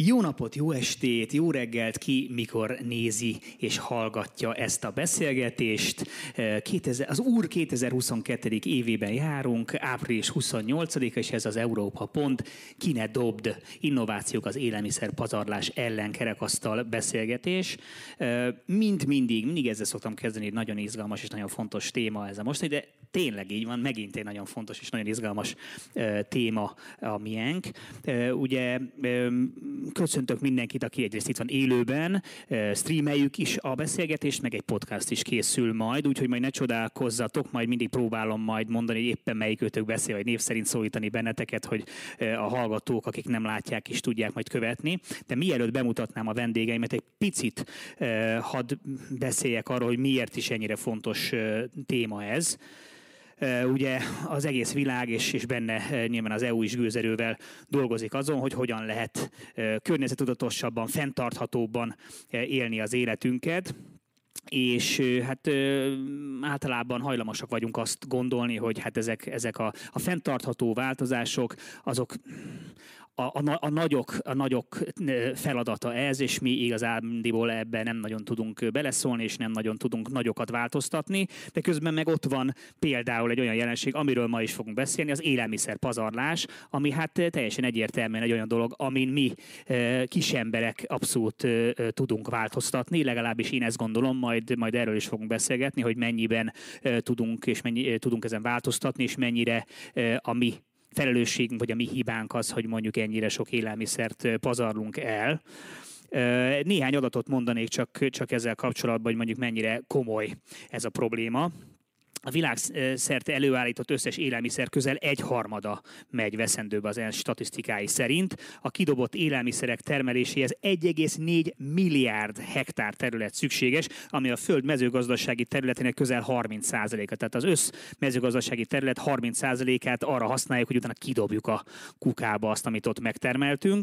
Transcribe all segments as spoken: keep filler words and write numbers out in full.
Jó napot, jó estét, jó reggelt, ki mikor nézi és hallgatja ezt a beszélgetést. Az Úr kétezer-huszonkettő. évében járunk, április huszonnyolcadika, és ez az Európa Pont, ki ne dobd, innovációk az élelmiszer pazarlás ellen kerekasztal beszélgetés. Mind mindig, mindig ezzel szoktam kezdeni, egy nagyon izgalmas és nagyon fontos téma ez a most, de tényleg így van, megint egy nagyon fontos és nagyon izgalmas téma a miénk. Ugye köszöntök mindenkit, aki egyrészt itt van élőben, streameljük is a beszélgetést, meg egy podcast is készül majd, úgyhogy majd ne csodálkozzatok, majd mindig próbálom majd mondani, hogy éppen melyikőtök beszél, vagy név szerint szólítani benneteket, hogy a hallgatók, akik nem látják is tudják majd követni. De mielőtt bemutatnám a vendégeimet, egy picit hadd beszéljek arról, hogy miért is ennyire fontos téma ez. Ugye az egész világ, és, és benne nyilván az é u is gőzerővel dolgozik azon, hogy hogyan lehet környezettudatosabban, fenntarthatóbban élni az életünket. És hát általában hajlamosak vagyunk azt gondolni, hogy hát ezek, ezek a, a fenntartható változások, azok a, a, a, nagyok, a nagyok feladata ez, és mi igazándiból ebben nem nagyon tudunk beleszólni, és nem nagyon tudunk nagyokat változtatni, de közben meg ott van például egy olyan jelenség, amiről ma is fogunk beszélni, az élelmiszer pazarlás, ami hát teljesen egyértelműen egy olyan dolog, amin mi kis emberek abszolút tudunk változtatni, legalábbis én ezt gondolom, majd, majd erről is fogunk beszélgetni, hogy mennyiben tudunk, és mennyi, tudunk ezen változtatni, és mennyire a mi felelősségünk, vagy a mi hibánk az, hogy mondjuk ennyire sok élelmiszert pazarlunk el. Néhány adatot mondanék csak, csak ezzel kapcsolatban, hogy mondjuk mennyire komoly ez a probléma. A világ szerte előállított összes élelmiszer közel egyharmada megy veszendőbe az ENSZ statisztikái szerint. A kidobott élelmiszerek termeléséhez egy egész négy milliárd hektár terület szükséges, ami a föld mezőgazdasági területének közel harminc százaléka. Tehát az össz mezőgazdasági terület harminc százalékát arra használjuk, hogy utána kidobjuk a kukába azt, amit ott megtermeltünk.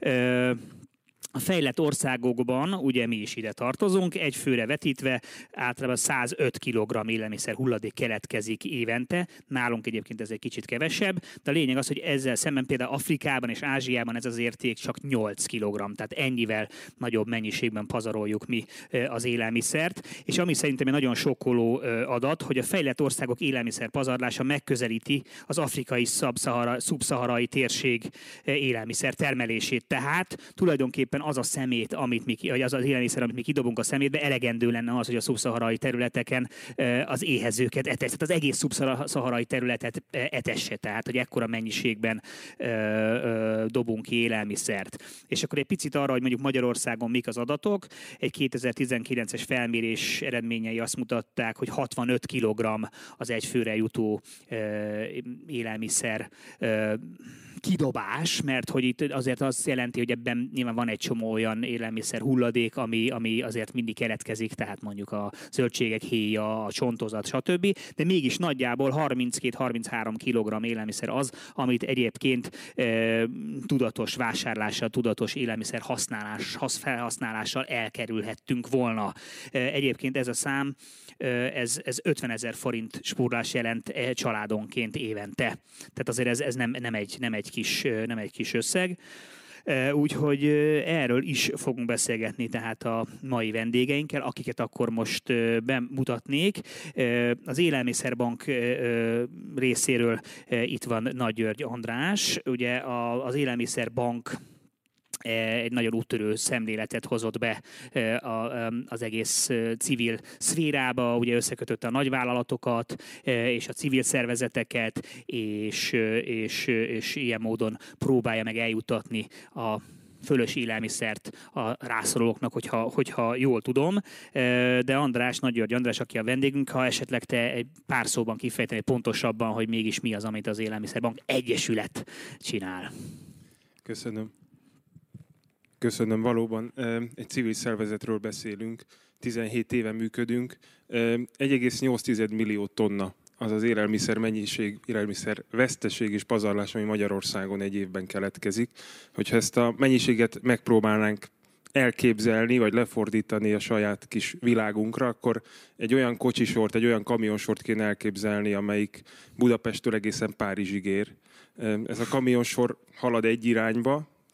A fejlett országokban, ugye mi is ide tartozunk, egy főre vetítve általában százöt kilogramm élelmiszer hulladék keletkezik évente. Nálunk egyébként ez egy kicsit kevesebb, de a lényeg az, hogy ezzel szemben például Afrikában és Ázsiában ez az érték csak nyolc kilogramm, tehát ennyivel nagyobb mennyiségben pazaroljuk mi az élelmiszert. És ami szerintem egy nagyon sokkoló adat, hogy a fejlett országok élelmiszer pazarlása megközelíti az afrikai szubszaharai térség élelmiszer termelését. Tehát tulajdonképpen az a szemét, amit mi, vagy az az élelmiszer, amit mi kidobunk a szemétbe, elegendő lenne az, hogy a szubszaharai területeken az éhezőket etesse. Tehát az egész szubszaharai területet etesse, tehát hogy ekkora mennyiségben dobunk ki élelmiszert. És akkor egy picit arra, hogy mondjuk Magyarországon mik az adatok. Egy kétezer-tizenkilences felmérés eredményei azt mutatták, hogy hatvanöt kilogramm az egy főre jutó élelmiszer kidobás, mert hogy itt azért az jelenti, hogy ebben nyilván van egy csomó olyan élelmiszer hulladék, ami, ami azért mindig keletkezik, tehát mondjuk a zöldségek héja, a csontozat, stb. De mégis nagyjából harminckét-harminchárom kilogramm élelmiszer az, amit egyébként e, tudatos vásárlással, tudatos élelmiszer használás, felhasználással elkerülhettünk volna. E, egyébként ez a szám, ez, ez ötvenezer forint spórolás jelent családonként évente. Tehát azért ez, ez nem, nem, egy, nem, egy kis, nem egy kis összeg. Úgyhogy erről is fogunk beszélgetni tehát a mai vendégeinkkel, akiket akkor most bemutatnék. Az Élelmiszerbank részéről itt van Nagy György András. Ugye az Élelmiszerbank egy nagyon úttörő szemléletet hozott be az egész civil szférába, ugye összekötötte a nagyvállalatokat és a civil szervezeteket, és, és, és ilyen módon próbálja meg eljuttatni a fölös élelmiszert a rászorulóknak, hogyha, hogyha jól tudom. De András, Nagy György András, aki a vendégünk, ha esetleg te egy pár szóban kifejteni pontosabban, hogy mégis mi az, amit az Élelmiszerbank Egyesület csinál. Köszönöm. Köszönöm, valóban egy civil szervezetről beszélünk, tizenhét éve működünk, egy egész nyolc millió tonna az az élelmiszer mennyiség, élelmiszer veszteség és pazarlás, ami Magyarországon egy évben keletkezik. Hogyha ezt a mennyiséget megpróbálnánk elképzelni, vagy lefordítani a saját kis világunkra, akkor egy olyan kocsisort, egy olyan kamionsort kéne elképzelni, amelyik Budapesttől egészen Párizsig ér. Ez a kamionsor halad egy irányba,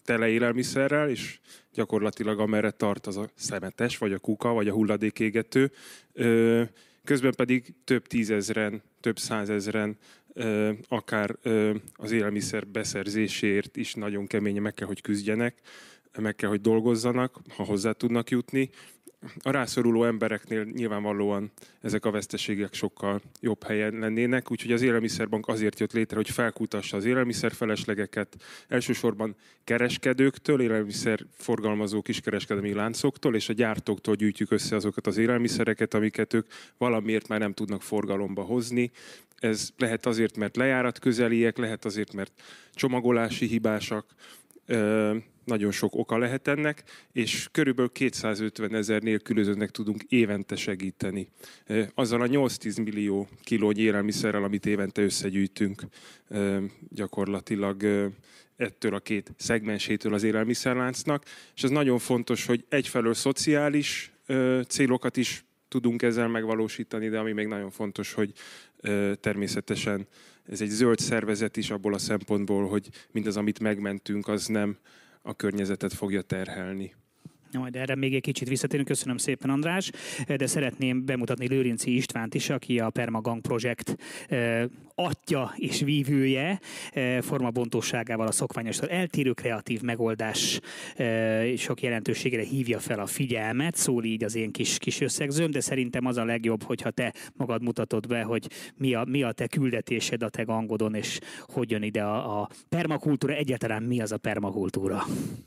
tele élelmiszerrel, és gyakorlatilag amerre tart az a szemetes, vagy a kuka, vagy a hulladékégető. Közben pedig több tízezren, több százezren, akár az élelmiszer beszerzéséért is nagyon keményen meg kell, hogy küzdjenek, meg kell, hogy dolgozzanak, ha hozzá tudnak jutni. A rászoruló embereknél nyilvánvalóan ezek a veszteségek sokkal jobb helyen lennének, úgyhogy az Élelmiszerbank azért jött létre, hogy felkutassa az élelmiszerfeleslegeket, elsősorban kereskedőktől, élelmiszer forgalmazó kiskereskedelmi láncoktól és a gyártóktól gyűjtjük össze azokat az élelmiszereket, amiket ők valamiért már nem tudnak forgalomba hozni. Ez lehet azért, mert lejárat közeliek, lehet azért, mert csomagolási hibásak, nagyon sok oka lehet ennek, és körülbelül kétszázötven ezer nélkülözőnek tudunk évente segíteni. Azzal a nyolc-tíz millió kilónyi élelmiszerrel, amit évente összegyűjtünk, gyakorlatilag ettől a két szegmensétől az élelmiszerláncnak, és ez nagyon fontos, hogy egyfelől szociális célokat is tudunk ezzel megvalósítani, de ami még nagyon fontos, hogy természetesen ez egy zöld szervezet is abból a szempontból, hogy mindaz, amit megmentünk, az nem a környezetet fogja terhelni. Majd erre még egy kicsit visszatérünk. Köszönöm szépen, András, de szeretném bemutatni Lőrinci Istvánt is, aki a Permagang Projekt atya és vívője, formabontosságával a szokványostól eltérő kreatív megoldás sok jelentőségére hívja fel a figyelmet, szól így az én kis, kis összegzőm, de szerintem az a legjobb, hogyha te magad mutatod be, hogy mi a, mi a te küldetésed a te gangodon, és hogy jön ide a, a permakultúra, egyáltalán mi az a permakultúra?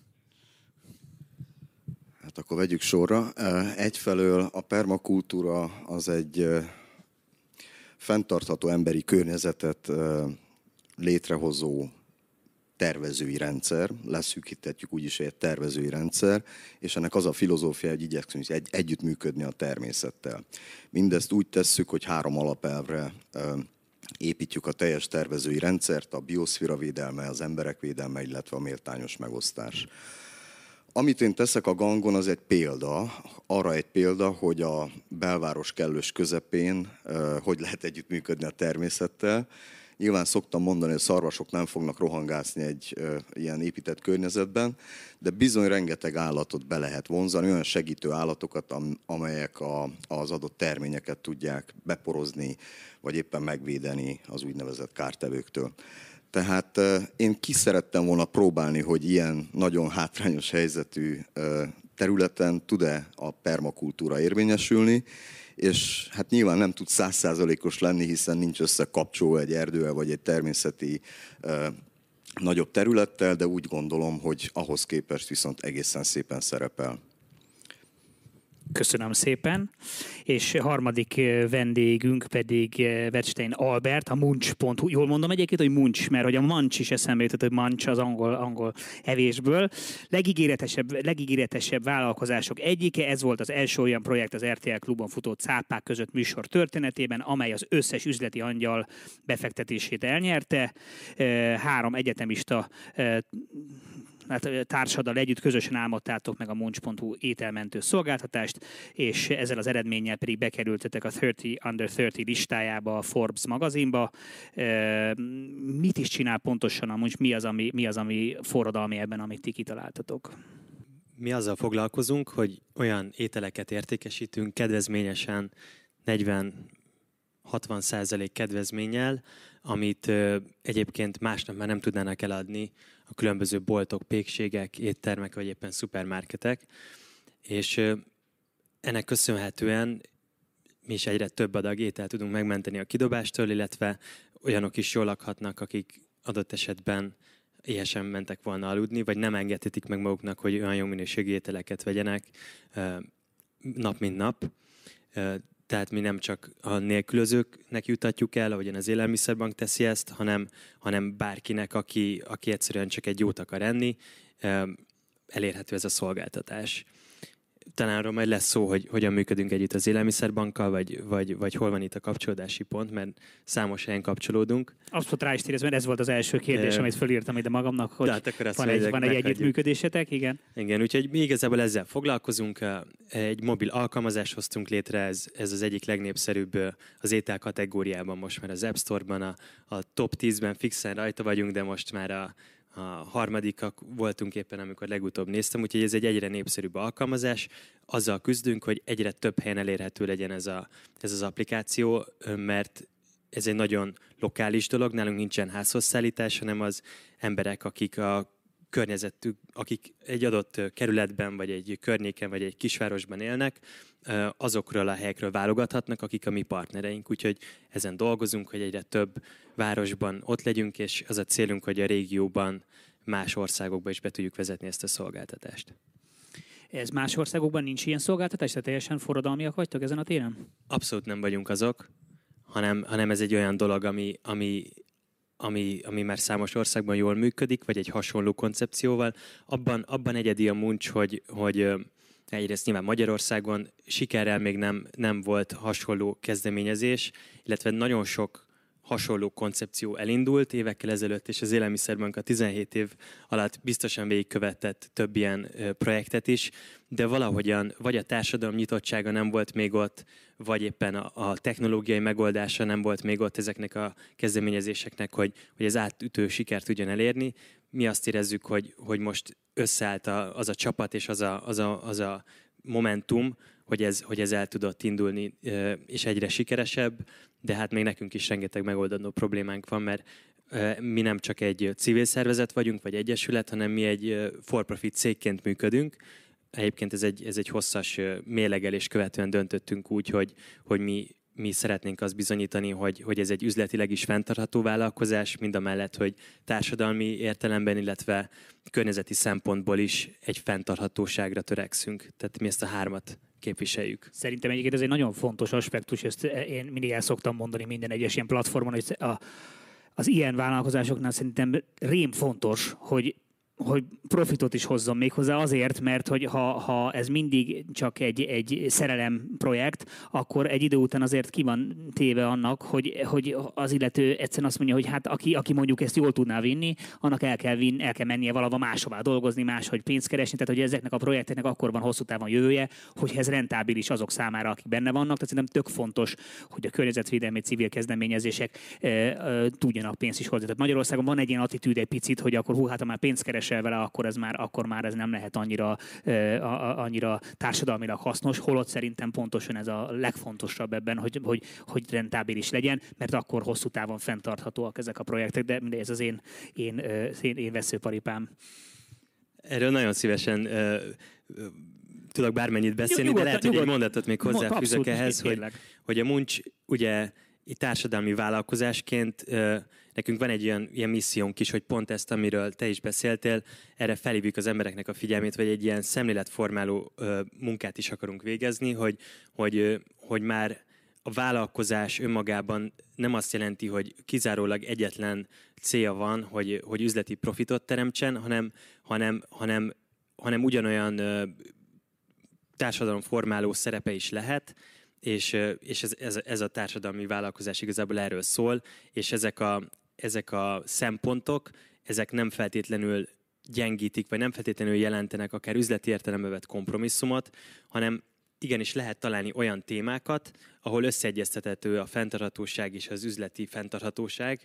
Hát akkor vegyük sorra. Egyfelől a permakultúra az egy fenntartható emberi környezetet létrehozó tervezői rendszer, leszűkíthetjük úgyis egy tervezői rendszer, és ennek az a filozófia, hogy igyekszünk egy, együttműködni a természettel. Mindezt úgy tesszük, hogy három alapelvre építjük a teljes tervezői rendszert, a bioszféra védelme, az emberek védelme, illetve a méltányos megosztás. Amit én teszek a gangon, az egy példa, arra egy példa, hogy a belváros kellős közepén uh, hogy lehet együttműködni a természettel. Nyilván szoktam mondani, hogy a szarvasok nem fognak rohangászni egy uh, ilyen épített környezetben, de bizony rengeteg állatot be lehet vonzani, olyan segítő állatokat, am- amelyek a, az adott terményeket tudják beporozni, vagy éppen megvédeni az úgynevezett kártevőktől. Tehát én ki szerettem volna próbálni, hogy ilyen nagyon hátrányos helyzetű területen tud-e a permakultúra érvényesülni, és hát nyilván nem tud száz százalékos lenni, hiszen nincs összekapcsolva egy erdővel vagy egy természeti nagyobb területtel, de úgy gondolom, hogy ahhoz képest viszont egészen szépen szerepel. Köszönöm szépen. És harmadik vendégünk pedig Wettstein Albert, a munch pont hu. Jól mondom egyébként, hogy munch, mert hogy a mancs is eszembe jutott, hogy mancs az angol, angol evésből. Legígéretesebb, legígéretesebb vállalkozások egyike, ez volt az első olyan projekt az er té el Klubon futó cápák között műsor történetében, amely az összes üzleti angyal befektetését elnyerte. Három egyetemista társaddal együtt közösen álmodtátok meg a munch pont hu ételmentő szolgáltatást, és ezzel az eredménnyel pedig bekerültetek a harminc under harminc listájába, a Forbes magazinba. Mit is csinál pontosan a munch? Mi az, ami, mi az, ami forradalmi ebben, amit ti kitaláltatok? Mi azzal foglalkozunk, hogy olyan ételeket értékesítünk kedvezményesen, negyven-hatvan százalék kedvezménnyel, amit ö, egyébként másnap már nem tudnának eladni a különböző boltok, pékségek, éttermek vagy éppen szupermarketek. És ö, ennek köszönhetően mi is egyre több adag ételt tudunk megmenteni a kidobástól, illetve olyanok is jól lakhatnak, akik adott esetben éhesen mentek volna aludni, vagy nem engedhetik meg maguknak, hogy olyan jó minőségű ételeket vegyenek ö, nap mint nap. Ö, Tehát mi nem csak a nélkülözőknek jutatjuk el, ahogyan az Élelmiszerbank teszi ezt, hanem, hanem bárkinek, aki, aki egyszerűen csak egy jót akar enni, elérhető ez a szolgáltatás. Talán arról majd lesz szó, hogy hogyan működünk együtt az Élelmiszerbankkal, vagy, vagy, vagy hol van itt a kapcsolódási pont, mert számos helyen kapcsolódunk. Abszolút rá is térez, mert ez volt az első kérdés, amit fölírtam ide magamnak, hogy hát van egy, van egy együttműködésetek, igen. Igen, úgyhogy mi igazából ezzel foglalkozunk. Egy mobil alkalmazást hoztunk létre, ez, ez az egyik legnépszerűbb az étel kategóriában most már az App Store-ban, a, a top tízben fixen rajta vagyunk, de most már a a harmadikak voltunk éppen, amikor legutóbb néztem, úgyhogy ez egy egyre népszerűbb alkalmazás. Azzal küzdünk, hogy egyre több helyen elérhető legyen ez, a, ez az applikáció, mert ez egy nagyon lokális dolog, nálunk nincsen házhozszállítás, hanem az emberek, akik a környezetük, akik egy adott kerületben, vagy egy környéken, vagy egy kisvárosban élnek, azokról a helyekről válogathatnak, akik a mi partnereink. Úgyhogy ezen dolgozunk, hogy egyre több városban ott legyünk, és az a célunk, hogy a régióban, más országokban is be tudjuk vezetni ezt a szolgáltatást. Ez más országokban nincs ilyen szolgáltatás? Tehát teljesen forradalmiak vagytok ezen a téren? Abszolút nem vagyunk azok, hanem, hanem ez egy olyan dolog, ami, ami Ami, ami már számos országban jól működik, vagy egy hasonló koncepcióval. Abban, abban egyedi a Munch, hogy, hogy egyrészt nyilván Magyarországon sikerrel még nem, nem volt hasonló kezdeményezés, illetve nagyon sok hasonló koncepció elindult évekkel ezelőtt, és az Élelmiszerbank a tizenhét év alatt biztosan végigkövetett több ilyen projektet is, de valahogyan vagy a társadalom nyitottsága nem volt még ott, vagy éppen a, a technológiai megoldása nem volt még ott ezeknek a kezdeményezéseknek, hogy, hogy ez átütő sikert tudjon elérni. Mi azt érezzük, hogy, hogy most összeállt a, az a csapat és az a, az a, az a momentum, hogy ez, hogy ez el tudott indulni, és egyre sikeresebb, de hát még nekünk is rengeteg megoldandó problémánk van, mert mi nem csak egy civil szervezet vagyunk, vagy egyesület, hanem mi egy for-profit cégként működünk. Egyébként ez egy, ez egy hosszas mérlegelés követően döntöttünk úgy, hogy, hogy mi, mi szeretnénk azt bizonyítani, hogy, hogy ez egy üzletileg is fenntartható vállalkozás, mindamellett, hogy társadalmi értelemben, illetve környezeti szempontból is egy fenntarthatóságra törekszünk. Tehát mi ezt a hármat képviseljük. Szerintem egyébként ez egy nagyon fontos aspektus, ezt én mindig el szoktam mondani minden egyes ilyen platformon, hogy a, az ilyen vállalkozásoknál szerintem rém fontos, hogy hogy profitot is hozzon méghozzá azért, mert hogy ha, ha ez mindig csak egy, egy szerelem projekt, akkor egy idő után azért ki van téve annak, hogy, hogy az illető egyszerűen azt mondja, hogy hát aki, aki mondjuk ezt jól tudná vinni, annak el kell, vin, el kell mennie valahova máshová dolgozni, máshogy pénzt keresni, tehát hogy ezeknek a projekteknek akkor van hosszú távon jövője, hogy ez rentábilis azok számára, akik benne vannak, tehát szerintem tök fontos, hogy a környezetvédelmi civil kezdeményezések e, e, tudjanak pénzt is hozni. Tehát Magyarországon van egy ilyen attitűd egy picit, hogy akkor hú, hát ha már pénzt keres vele, akkor ez már, akkor már ez nem lehet annyira, uh, annyira társadalmilag hasznos, holott szerintem pontosan ez a legfontosabb ebben, hogy, hogy, hogy rentábilis legyen, mert akkor hosszú távon fenntarthatóak ezek a projektek, de mindegy, ez az én, én, én, én veszőparipám. Erről nagyon szívesen uh, uh, tudok bármennyit beszélni, nyugodt, de lehet, nyugodt, hogy egy mondatot még hozzáfűzök ehhez, hogy, hogy a Munch ugye egy társadalmi vállalkozásként uh, nekünk van egy ilyen, ilyen missziónk is, hogy pont ezt, amiről te is beszéltél, erre felhívjuk az embereknek a figyelmét, vagy egy ilyen szemléletformáló uh, munkát is akarunk végezni, hogy, hogy, uh, hogy már a vállalkozás önmagában nem azt jelenti, hogy kizárólag egyetlen célja van, hogy, hogy üzleti profitot teremtsen, hanem, hanem, hanem, hanem ugyanolyan uh, társadalomformáló szerepe is lehet, és, és ez, ez, ez a társadalmi vállalkozás igazából erről szól, és ezek a, ezek a szempontok, ezek nem feltétlenül gyengítik, vagy nem feltétlenül jelentenek akár üzleti értelembe vett kompromisszumot, hanem igenis lehet találni olyan témákat, ahol összeegyeztethető a fenntarthatóság és az üzleti fenntarthatóság,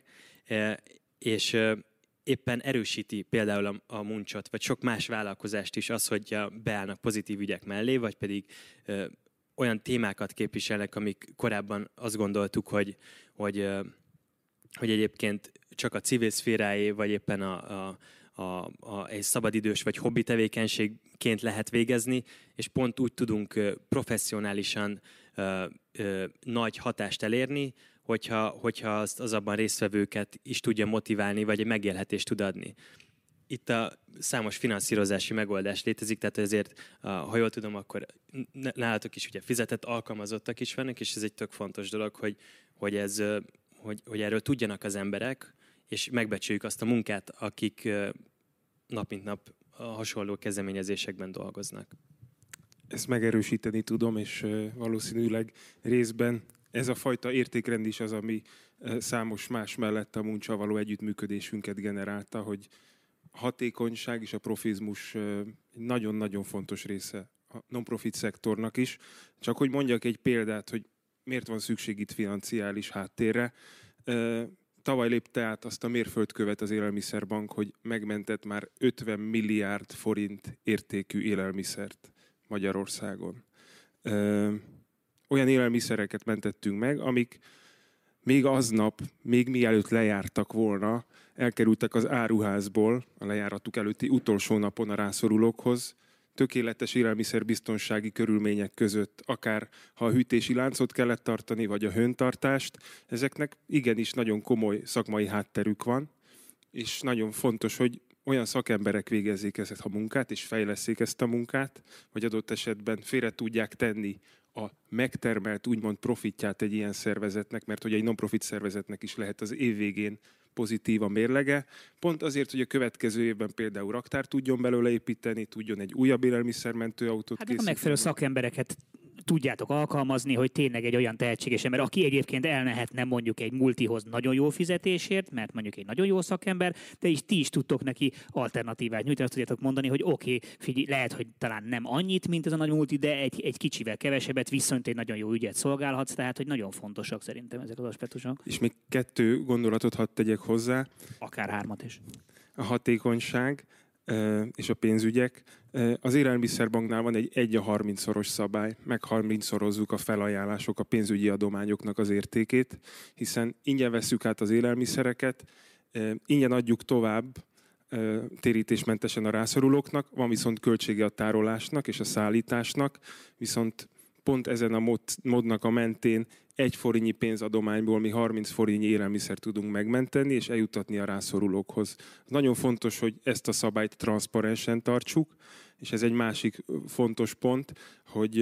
és éppen erősíti például a, a Munchot, vagy sok más vállalkozást is az, hogy beállnak pozitív ügyek mellé, vagy pedig olyan témákat képviselnek, amik korábban azt gondoltuk, hogy, hogy, hogy egyébként csak a civil szféráé, vagy éppen a, a, a, a, egy szabadidős vagy hobbi tevékenységként lehet végezni, és pont úgy tudunk professzionálisan ö, ö, nagy hatást elérni, hogyha, hogyha azt, az abban résztvevőket is tudja motiválni, vagy egy megélhetést tud adni. Itt a számos finanszírozási megoldás létezik, tehát ezért, ha jól tudom, akkor nálatok is ugye fizetett alkalmazottak is vannak, és ez egy tök fontos dolog, hogy, hogy, ez, hogy, hogy erről tudjanak az emberek, és megbecsüljük azt a munkát, akik nap mint nap a hasonló kezdeményezésekben dolgoznak. Ezt megerősíteni tudom, és valószínűleg részben ez a fajta értékrend is az, ami számos más mellett a Munchal való együttműködésünket generálta, hogy a hatékonyság és a profizmus nagyon-nagyon fontos része a non-profit szektornak is. Csak hogy mondjak egy példát, hogy miért van szükség itt financiális háttérre. tavaly lépte át azt a mérföldkövet az Élelmiszerbank, hogy megmentett már ötven milliárd forint értékű élelmiszert Magyarországon. Ö, olyan élelmiszereket mentettünk meg, amik még aznap, még mielőtt lejártak volna, elkerültek az áruházból a lejáratuk előtti utolsó napon a rászorulókhoz, tökéletes élelmiszerbiztonsági körülmények között, akár ha a hűtési láncot kellett tartani, vagy a hőntartást, ezeknek igenis nagyon komoly szakmai hátterük van, és nagyon fontos, hogy olyan szakemberek végezzék ezt a munkát, és fejlesszék ezt a munkát, vagy adott esetben félre tudják tenni a megtermelt úgymond profitját egy ilyen szervezetnek, mert hogy egy non-profit szervezetnek is lehet az év végén pozitív a mérlege, pont azért, hogy a következő évben például raktár tudjon belőle építeni, tudjon egy újabb élelmiszermentő autót hát készíteni. a megfelelő szakembereket tudjátok alkalmazni, hogy tényleg egy olyan tehetséges ember, aki egyébként elmehetne mondjuk egy multihoz nagyon jó fizetésért, mert mondjuk egy nagyon jó szakember, de is ti is tudtok neki alternatívát nyújtani, azt tudjátok mondani, hogy oké, okay, figyelj, lehet, hogy talán nem annyit, mint ez a nagy multi, de egy, egy kicsivel kevesebbet, viszont egy nagyon jó ügyet szolgálhatsz, tehát hogy nagyon fontosak szerintem ezek az aspektusok. És még kettő gondolatot hadd tegyek hozzá. Akár hármat is. A hatékonyság és a pénzügyek. Az Élelmiszerbanknál van egy egy a harmincszoros szabály, meg harmincszorozzuk a felajánlások, a pénzügyi adományoknak az értékét, hiszen ingyen vesszük át az élelmiszereket, ingyen adjuk tovább térítésmentesen a rászorulóknak, van viszont költsége a tárolásnak és a szállításnak, viszont pont ezen a mód, módnak a mentén egy forintnyi pénzadományból mi harminc forintnyi élelmiszer tudunk megmenteni és eljutatni a rászorulókhoz. Nagyon fontos, hogy ezt a szabályt transzparensen tartsuk, és ez egy másik fontos pont, hogy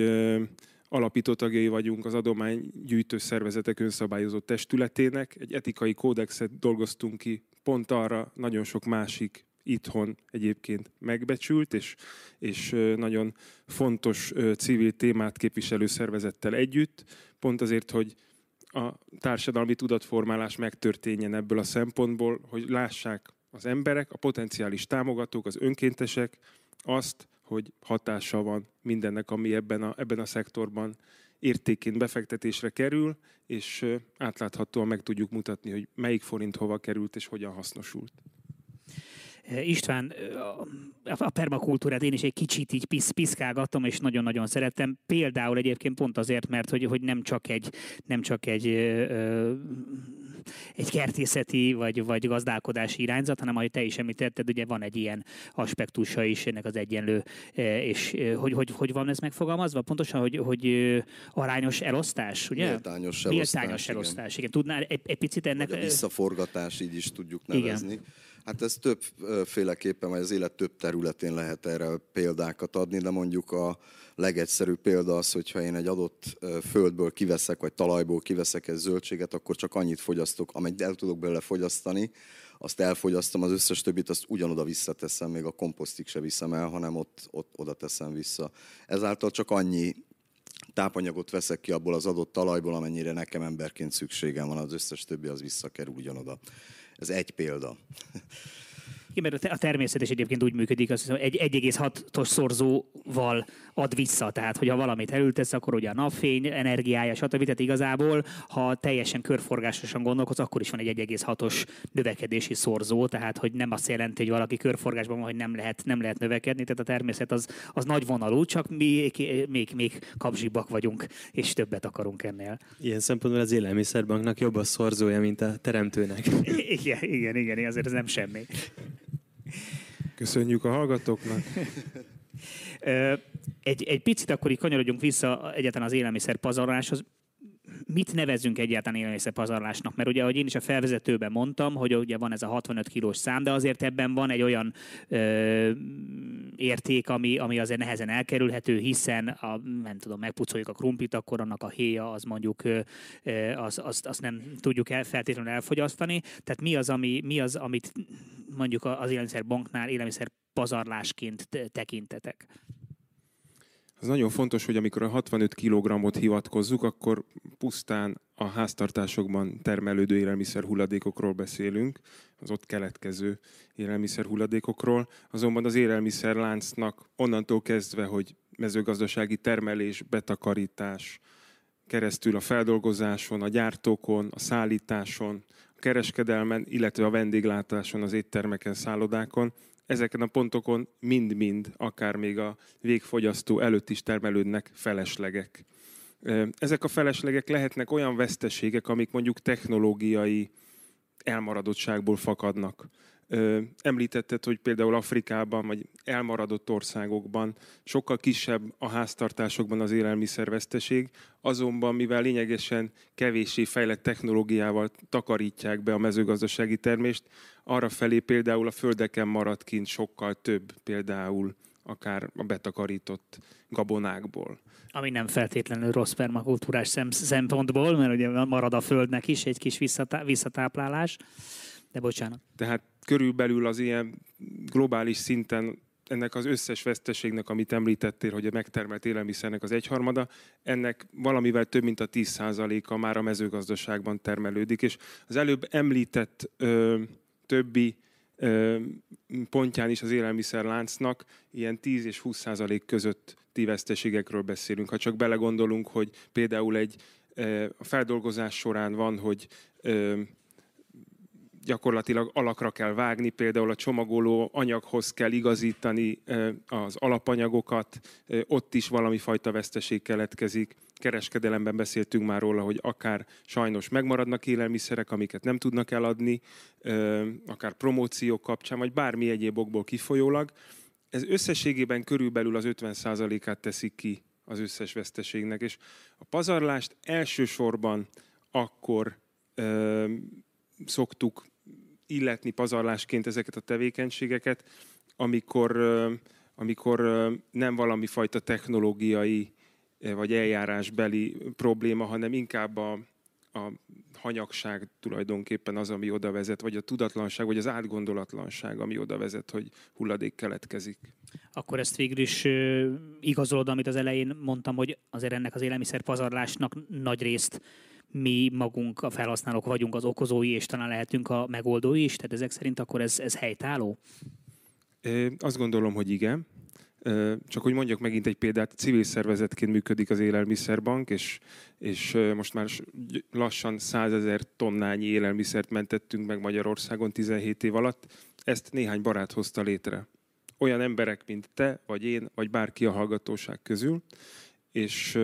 alapító tagjai vagyunk az adománygyűjtő szervezetek önszabályozó testületének. Egy etikai kódexet dolgoztunk ki pont arra, nagyon sok másik itthon egyébként megbecsült, és, és nagyon fontos civil témát képviselő szervezettel együtt, pont azért, hogy a társadalmi tudatformálás megtörténjen ebből a szempontból, hogy lássák az emberek, a potenciális támogatók, az önkéntesek azt, hogy hatása van mindennek, ami ebben a, ebben a szektorban értékként befektetésre kerül, és átláthatóan meg tudjuk mutatni, hogy melyik forint hova került és hogyan hasznosult. István, a permakultúrát én is egy kicsit így pisz, piszkálgatom, és nagyon-nagyon szeretem. Például egyébként pont azért, mert hogy, hogy nem csak egy, nem csak egy, ö, egy kertészeti vagy, vagy gazdálkodási irányzat, hanem ahogy te is említetted, ugye van egy ilyen aspektusa is ennek az egyenlő, és hogy, hogy, hogy van ez megfogalmazva? Pontosan, hogy, hogy arányos elosztás, ugye? Méltányos elosztás. Méltányos elosztás, igen. igen. Tudnál egy, egy picit ennek... Vagy a visszaforgatás, így is tudjuk nevezni. Igen. Hát ez többféleképpen, vagy az élet több területén lehet erre példákat adni, de mondjuk a legegyszerűbb példa az, hogyha én egy adott földből kiveszek, vagy talajból kiveszek egy zöldséget, akkor csak annyit fogyasztok, amennyit el tudok belőle fogyasztani, azt elfogyasztom, az összes többit azt ugyanoda visszateszem, még a komposztig se viszem el, hanem ott, ott oda teszem vissza. Ezáltal csak annyi tápanyagot veszek ki abból az adott talajból, amennyire nekem emberként szükségem van, az összes többi az visszakerül ugyanoda. Ez egy példa. Igen, mert a természet is egyébként úgy működik, azt hiszem, egy egy egész hatos szorzóval ad vissza. Tehát, hogyha valamit elültesz, akkor ugye a napfény, energiája, stb. Tehát igazából, ha teljesen körforgásosan gondolkodsz, akkor is van egy egy egész hatos növekedési szorzó. Tehát, hogy nem azt jelenti, hogy valaki körforgásban van, hogy nem lehet, nem lehet növekedni. Tehát a természet az, az nagy vonalú, csak mi még, még kapzsibbak vagyunk, és többet akarunk ennél. Ilyen szempontból az Élelmiszerbanknak jobb a szorzója, mint a teremtőnek. Igen, igen, igen, azért ez nem semmi. Köszönjük a hallgatóknak. Egy, egy picit akkor így kanyarodjunk vissza egyáltalán az élelmiszer pazarláshoz. Mit nevezzünk egyáltalán élelmiszer pazarlásnak? Mert ugye, ahogy én is a felvezetőben mondtam, hogy ugye van ez a hatvanöt kilós szám, de azért ebben van egy olyan ö, érték, ami, ami azért nehezen elkerülhető, hiszen a, nem tudom, megpucoljuk a krumplit, akkor annak a héja az mondjuk ö, az, azt, azt nem tudjuk el, feltétlenül elfogyasztani. Tehát mi az, ami, mi az, amit mondjuk az Élelmiszerbanknál élelmiszer pazarlásként tekintetek? Az nagyon fontos, hogy amikor a hatvanöt kilogrammot hivatkozzuk, akkor pusztán a háztartásokban termelődő élelmiszer hulladékokról beszélünk, az ott keletkező élelmiszer hulladékokról. Azonban az élelmiszerláncnak onnantól kezdve, hogy mezőgazdasági termelés, betakarítás, keresztül a feldolgozáson, a gyártókon, a szállításon, a kereskedelmen, illetve a vendéglátáson, az éttermeken, szállodákon. Ezeken a pontokon mind-mind, akár még a végfogyasztó előtt is termelődnek feleslegek. Ezek a feleslegek lehetnek olyan veszteségek, amik mondjuk technológiai elmaradottságból fakadnak. Említetted, hogy például Afrikában, vagy elmaradott országokban sokkal kisebb a háztartásokban az élelmiszerveszteség, azonban mivel lényegesen kevéssé fejlett technológiával takarítják be a mezőgazdasági termést, arra felé például a földeken maradt kint sokkal több, például akár a betakarított gabonákból. Ami nem feltétlenül rossz permakultúrás szempontból, mert ugye marad a földnek is egy kis visszatá- visszatáplálás. De bocsánat. Tehát körülbelül az ilyen globális szinten ennek az összes veszteségnek, amit említettél, hogy a megtermelt élelmiszernek az egyharmada, ennek valamivel több, mint a tíz százaléka már a mezőgazdaságban termelődik. És az előbb említett ö, többi ö, pontján is az élelmiszerláncnak ilyen tíz és húsz százalék közötti veszteségekről beszélünk. Ha csak belegondolunk, hogy például egy ö, a feldolgozás során van, hogy ö, gyakorlatilag alakra kell vágni, például a csomagoló anyaghoz kell igazítani az alapanyagokat, ott is valami fajta veszteség keletkezik. Kereskedelemben beszéltünk már róla, hogy akár sajnos megmaradnak élelmiszerek, amiket nem tudnak eladni, akár promóciók kapcsán, vagy bármi egyéb okból kifolyólag. Ez összességében körülbelül az ötven százalékát teszik ki az összes veszteségnek, és a pazarlást elsősorban akkor ö, szoktuk illetni pazarlásként ezeket a tevékenységeket, amikor, amikor nem valami fajta technológiai vagy eljárásbeli probléma, hanem inkább a, a hanyagság tulajdonképpen az, ami oda vezet, vagy a tudatlanság, vagy az átgondolatlanság, ami oda vezet, hogy hulladék keletkezik. Akkor ezt végül is uh, igazolod, amit az elején mondtam, hogy azért ennek az élelmiszer pazarlásnak nagy részt mi magunk a felhasználók vagyunk az okozói, és talán lehetünk a megoldói is, tehát ezek szerint akkor ez, ez helytálló? É, azt gondolom, hogy igen. Csak hogy mondjak megint egy példát, civil szervezetként működik az Élelmiszerbank, és, és most már lassan százezer tonnányi élelmiszert mentettünk meg Magyarországon tizenhét év alatt. Ezt néhány barát hozta létre. Olyan emberek, mint te, vagy én, vagy bárki a hallgatóság közül. És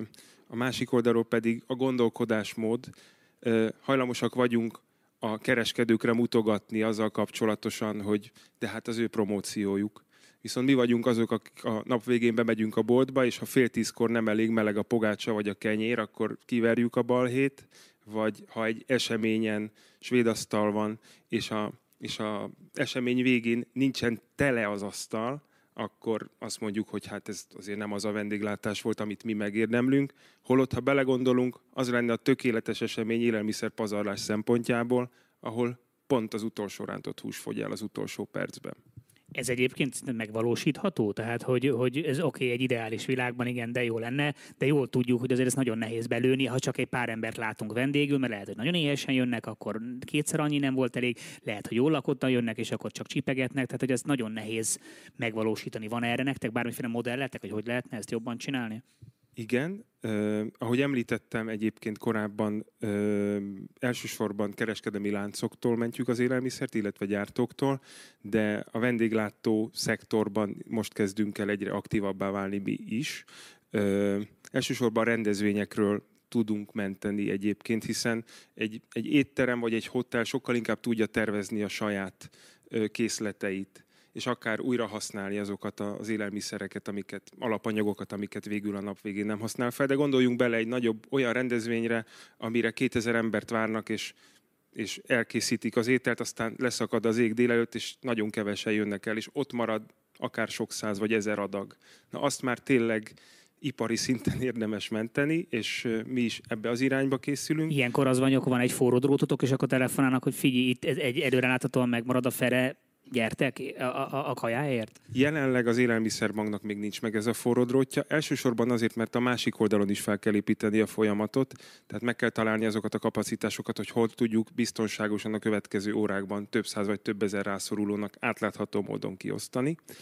a másik oldalról pedig a gondolkodásmód. Hajlamosak vagyunk a kereskedőkre mutogatni azzal kapcsolatosan, hogy de hát az ő promóciójuk. Viszont mi vagyunk azok, akik a nap végén bemegyünk a boltba, és ha fél tízkor nem elég meleg a pogácsa vagy a kenyér, akkor kiverjük a balhét, vagy ha egy eseményen svédasztal van, és a, és a esemény végén nincsen tele az asztal, akkor azt mondjuk, hogy hát ez azért nem az a vendéglátás volt, amit mi megérdemlünk. Holott, ha belegondolunk, az lenne a tökéletes esemény élelmiszer pazarlás szempontjából, ahol pont az utolsó rántott hús fogy el az utolsó percben. Ez egyébként megvalósítható? Tehát, hogy, hogy ez oké, okay, egy ideális világban igen, de jó lenne, de jól tudjuk, hogy azért ez nagyon nehéz belőni, ha csak egy pár embert látunk vendégül, mert lehet, hogy nagyon éhesen jönnek, akkor kétszer annyi nem volt elég, lehet, hogy jól lakottan jönnek, és akkor csak csipegetnek, tehát hogy ez nagyon nehéz megvalósítani. Van erre nektek bármiféle modelletek, hogy hogy lehetne ezt jobban csinálni? Igen, eh, ahogy említettem egyébként korábban, eh, elsősorban kereskedelmi láncoktól mentjük az élelmiszert, illetve gyártóktól, de a vendéglátó szektorban most kezdünk el egyre aktívabbá válni mi is. Eh, elsősorban rendezvényekről tudunk menteni egyébként, hiszen egy, egy étterem vagy egy hotel sokkal inkább tudja tervezni a saját eh, készleteit, és akár újra használni azokat az élelmiszereket, amiket, alapanyagokat, amiket végül a nap végén nem használ fel. De gondoljunk bele egy nagyobb olyan rendezvényre, amire kétezer embert várnak, és, és elkészítik az ételt, aztán leszakad az ég délelőtt, és nagyon kevesen jönnek el, és ott marad akár sok száz vagy ezer adag. Na azt már tényleg ipari szinten érdemes menteni, és mi is ebbe az irányba készülünk. Ilyenkor az van, akkor van egy forró drótotok, és akkor telefonálnak, hogy figyelj, itt egy előreláthatóan megmarad a fere, gyertek a, a, a kajáért? Jelenleg az Élelmiszerbanknak még nincs meg ez a forró drótja. Elsősorban azért, mert a másik oldalon is fel kell építeni a folyamatot, tehát meg kell találni azokat a kapacitásokat, hogy hol tudjuk biztonságosan a következő órákban több száz vagy több ezer rászorulónak átlátható módon kiosztani.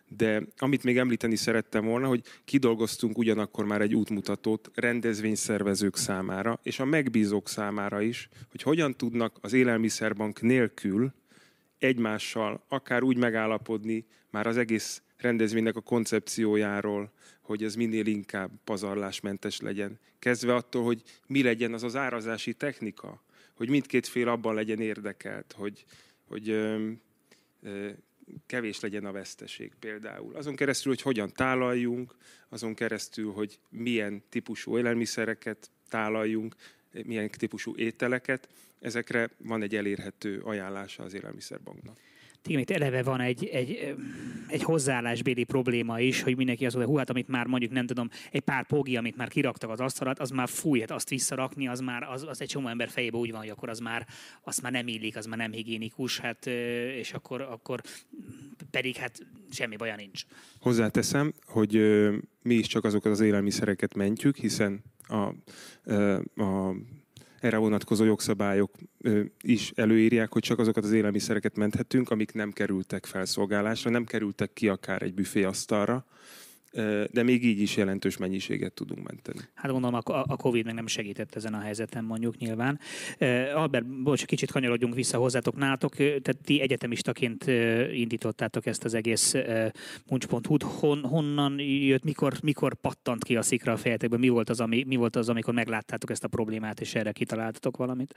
De amit még említeni szerettem volna, hogy kidolgoztunk ugyanakkor már egy útmutatót rendezvényszervezők számára, és a megbízók számára is, hogy hogyan tudnak az élelmiszerbank nélkül egymással akár úgy megállapodni már az egész rendezvénynek a koncepciójáról, hogy ez minél inkább pazarlásmentes legyen. Kezdve attól, hogy mi legyen az az árazási technika, hogy mindkét fél abban legyen érdekelt, hogy, hogy ö, ö, kevés legyen a veszteség például. Azon keresztül, hogy hogyan tálaljunk, azon keresztül, hogy milyen típusú élelmiszereket tálaljunk, milyen típusú ételeket, ezekre van egy elérhető ajánlása az élelmiszerbanknak. Igen, itt eleve van egy, egy, egy hozzáállásbéli probléma is, hogy mindenki azt mondja, hú, hát amit már mondjuk nem tudom, egy pár pogi, amit már kiraktak az asztalat, az már fúj, hát azt visszarakni, az már az, az egy csomó ember fejében úgy van, hogy akkor az már, azt már nem illik, az már nem higiénikus, hát, és akkor, akkor pedig hát semmi baja nincs. Hozzáteszem, hogy mi is csak azokat az élelmiszereket mentjük, hiszen a, a erre vonatkozó jogszabályok is előírják, hogy csak azokat az élelmiszereket menthetünk, amik nem kerültek felszolgálásra, nem kerültek ki akár egy büféasztalra, de még így is jelentős mennyiséget tudunk menteni. Hát gondolom a Covid meg nem segített ezen a helyzeten mondjuk nyilván. Albert, bocs, kicsit kanyarodjunk vissza hozzátok nálatok, tehát ti egyetemistaként indítottátok ezt az egész muncs pont hu-t. Hon, honnan jött, mikor, mikor pattant ki a szikra a fejetekből? Mi volt az, ami, mi volt az, amikor megláttátok ezt a problémát, és erre kitaláltatok valamit?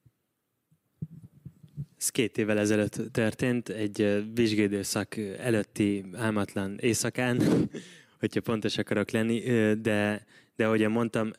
Ez két évvel ezelőtt történt, egy vizsgaidőszak előtti álmatlan éjszakán, hogyha pontos akarok lenni, de, de ahogyan mondtam,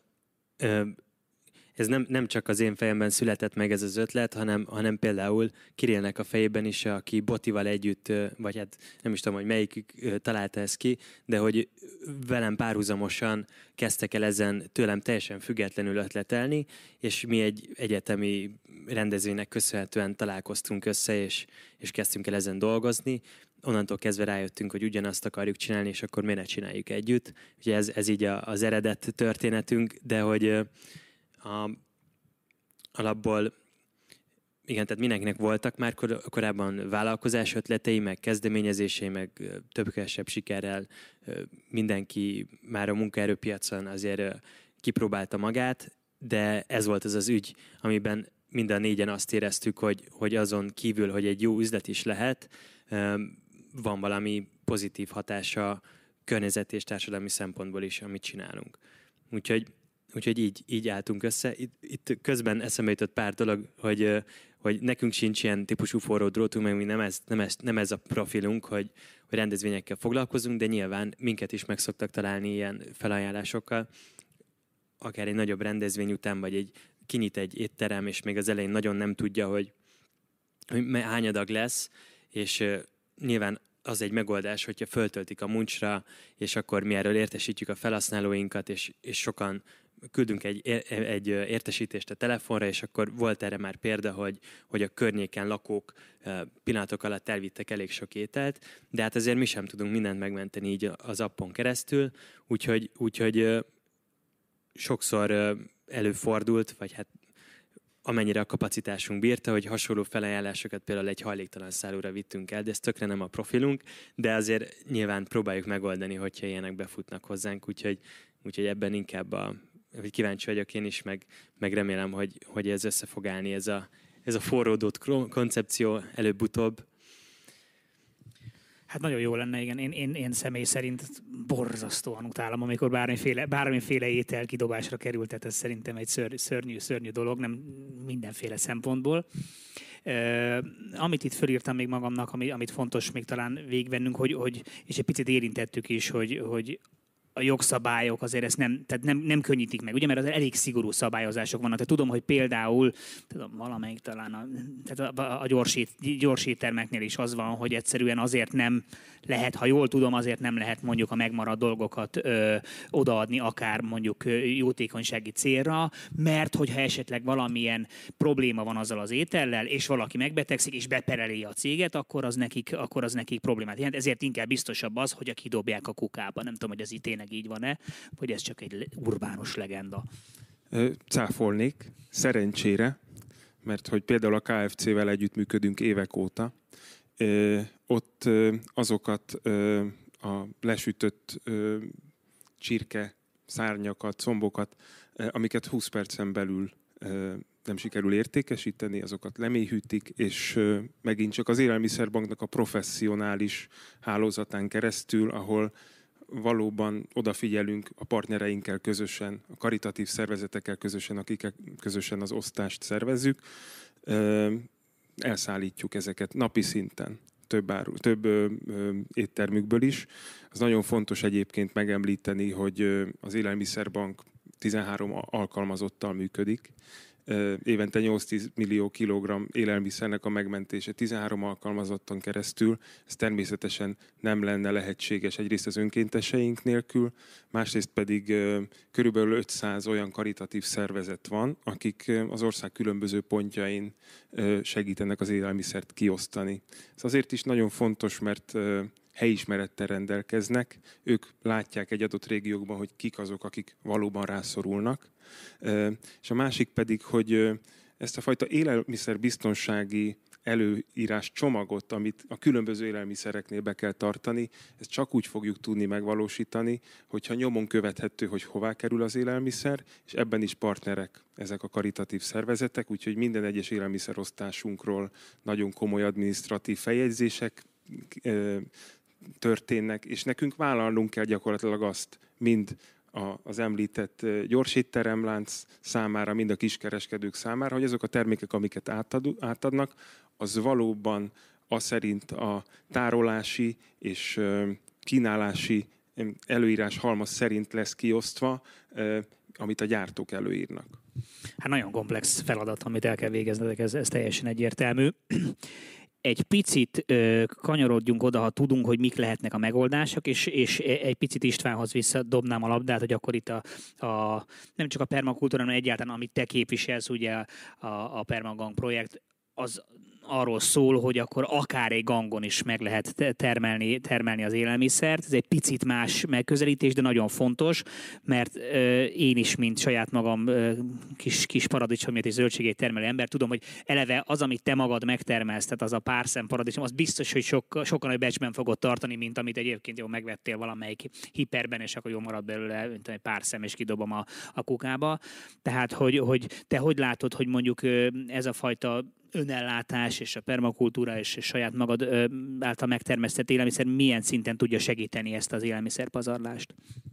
ez nem, nem csak az én fejemben született meg ez az ötlet, hanem, hanem például Kirillnek a fejében is, aki Botival együtt, vagy hát nem is tudom, hogy melyikük találta ezt ki, de hogy velem párhuzamosan kezdtek el ezen tőlem teljesen függetlenül ötletelni, és mi egy egyetemi rendezvénynek köszönhetően találkoztunk össze, és, és kezdtünk el ezen dolgozni. Onnantól kezdve rájöttünk, hogy ugyanazt akarjuk csinálni, és akkor miért ne csináljuk együtt. Ugye ez, ez így az eredet történetünk, de hogy a, alapból, igen, tehát mindenkinek voltak már kor, korábban vállalkozás ötletei, meg kezdeményezései, meg több-kevesebb sikerrel mindenki már a munkaerőpiacon azért kipróbálta magát, de ez volt az az ügy, amiben mind a négyen azt éreztük, hogy, hogy azon kívül, hogy egy jó üzlet is lehet, van valami pozitív hatása környezeti és társadalmi szempontból is, amit csinálunk. Úgyhogy Úgyhogy így, így álltunk össze. Itt, itt közben eszembe jutott pár dolog, hogy, hogy nekünk sincs ilyen típusú forró drótunk, meg mi nem ez, nem, ez, nem ez a profilunk, hogy, hogy rendezvényekkel foglalkozunk, de nyilván minket is meg szoktak találni ilyen felajánlásokkal. Akár egy nagyobb rendezvény után, vagy egy kinyit egy étterem, és még az elején nagyon nem tudja, hogy, hogy hány adag lesz, és uh, nyilván az egy megoldás, hogyha föltöltik a muncsra, és akkor mi erről értesítjük a felhasználóinkat, és, és sokan küldünk egy, egy értesítést a telefonra, és akkor volt erre már példa, hogy, hogy a környéken lakók pillanatok alatt elvittek elég sok ételt, de hát azért mi sem tudunk mindent megmenteni így az appon keresztül, úgyhogy, úgyhogy sokszor előfordult, vagy hát amennyire a kapacitásunk bírta, hogy hasonló felajánlásokat például egy hajléktalan szállóra vittünk el, de ez tökre nem a profilunk, de azért nyilván próbáljuk megoldani, hogyha ilyenek befutnak hozzánk, úgyhogy, úgyhogy ebben inkább a, hogy kíváncsi vagyok én is, meg, meg remélem, hogy, hogy ez össze fog állni, ez a, ez a forródott koncepció előbb-utóbb. Hát nagyon jó lenne, igen. Én, én, én személy szerint borzasztóan utálom, amikor bármiféle, bármiféle étel kidobásra került, tehát ez szerintem egy szörnyű, szörnyű, szörnyű dolog, nem mindenféle szempontból. Uh, amit itt fölírtam még magamnak, ami, amit fontos még talán végigvennünk, hogy, hogy, és egy picit érintettük is, hogy, hogy a jogszabályok azért ezt nem, tehát nem, nem könnyítik meg, ugye, mert az elég szigorú szabályozások vannak. Tehát tudom, hogy például tudom, valamelyik talán a, tehát a, a gyorsít, gyorsítermeknél is az van, hogy egyszerűen azért nem lehet, ha jól tudom, azért nem lehet mondjuk a megmaradt dolgokat ö, odaadni akár mondjuk jótékonysági célra, mert hogyha esetleg valamilyen probléma van azzal az étellel, és valaki megbetegszik, és bepereli a céget, akkor az nekik, akkor az nekik problémát jelent. Ezért inkább biztosabb az, hogy a kidobják a kukába. Nem tudom, hogy ez itt tényleg így van-e, vagy ez csak egy urbánus legenda? Cáfolnék, szerencsére, mert hogy például a ká ef cé-vel együttműködünk évek óta, Ott azokat a lesütött csirke szárnyakat, combokat, amiket húsz percen belül nem sikerül értékesíteni, azokat lemélyhűtik, és megint csak az Élelmiszerbanknak a professzionális hálózatán keresztül, ahol valóban odafigyelünk a partnereinkkel közösen, a karitatív szervezetekkel közösen, akikkel közösen az osztást szervezzük, elszállítjuk ezeket napi szinten, több, áru, több ö, ö, éttermükből is. Az nagyon fontos egyébként megemlíteni, hogy az Élelmiszerbank tizenhárom alkalmazottal működik. Évente nyolc-tíz millió kilogramm élelmiszernek a megmentése tizenhárom alkalmazottan keresztül. Ez természetesen nem lenne lehetséges egyrészt az önkénteseink nélkül, másrészt pedig körülbelül ötszáz olyan karitatív szervezet van, akik az ország különböző pontjain segítenek az élelmiszert kiosztani. Ez azért is nagyon fontos, mert helyismerettel rendelkeznek, ők látják egy adott régiókban, hogy kik azok, akik valóban rászorulnak. És a másik pedig, hogy ezt a fajta élelmiszerbiztonsági előírás csomagot, amit a különböző élelmiszereknél be kell tartani, ezt csak úgy fogjuk tudni megvalósítani, hogyha nyomon követhető, hogy hová kerül az élelmiszer, és ebben is partnerek ezek a karitatív szervezetek, úgyhogy minden egyes élelmiszerosztásunkról nagyon komoly adminisztratív feljegyzések történnek, és nekünk vállalnunk kell gyakorlatilag azt, mind az említett gyorsétteremlánc számára, mind a kiskereskedők számára, hogy azok a termékek, amiket átad, átadnak, az valóban az szerint a tárolási és kínálási előírás halmaz szerint lesz kiosztva, amit a gyártók előírnak. Hát nagyon komplex feladat, amit el kell végeznetek, ez, ez teljesen egyértelmű. Egy picit ö, kanyarodjunk oda, ha tudunk, hogy mik lehetnek a megoldások, és, és egy picit Istvánhoz visszadobnám a labdát, hogy akkor itt a, a nem csak a permakultúra, hanem egyáltalán, amit te képviselsz, ugye a, a Permagang projekt, az arról szól, hogy akkor akár egy gangon is meg lehet termelni, termelni az élelmiszert. Ez egy picit más megközelítés, de nagyon fontos, mert ö, én is, mint saját magam ö, kis, kis paradicsomért és zöldségét termelő ember, tudom, hogy eleve az, amit te magad megtermelsz, tehát az a pár szem paradicsom, az biztos, hogy sok, sokkal nagy becsben fogod tartani, mint amit egyébként jó megvettél valamelyik hiperben, és akkor jó marad belőle, mint egy pár szem, és kidobom a, a kukába. Tehát, hogy, hogy te hogy látod, hogy mondjuk ez a fajta önellátás és a permakultúra és saját magad által megtermesztett élelmiszer milyen szinten tudja segíteni ezt az élelmiszerpazarlást?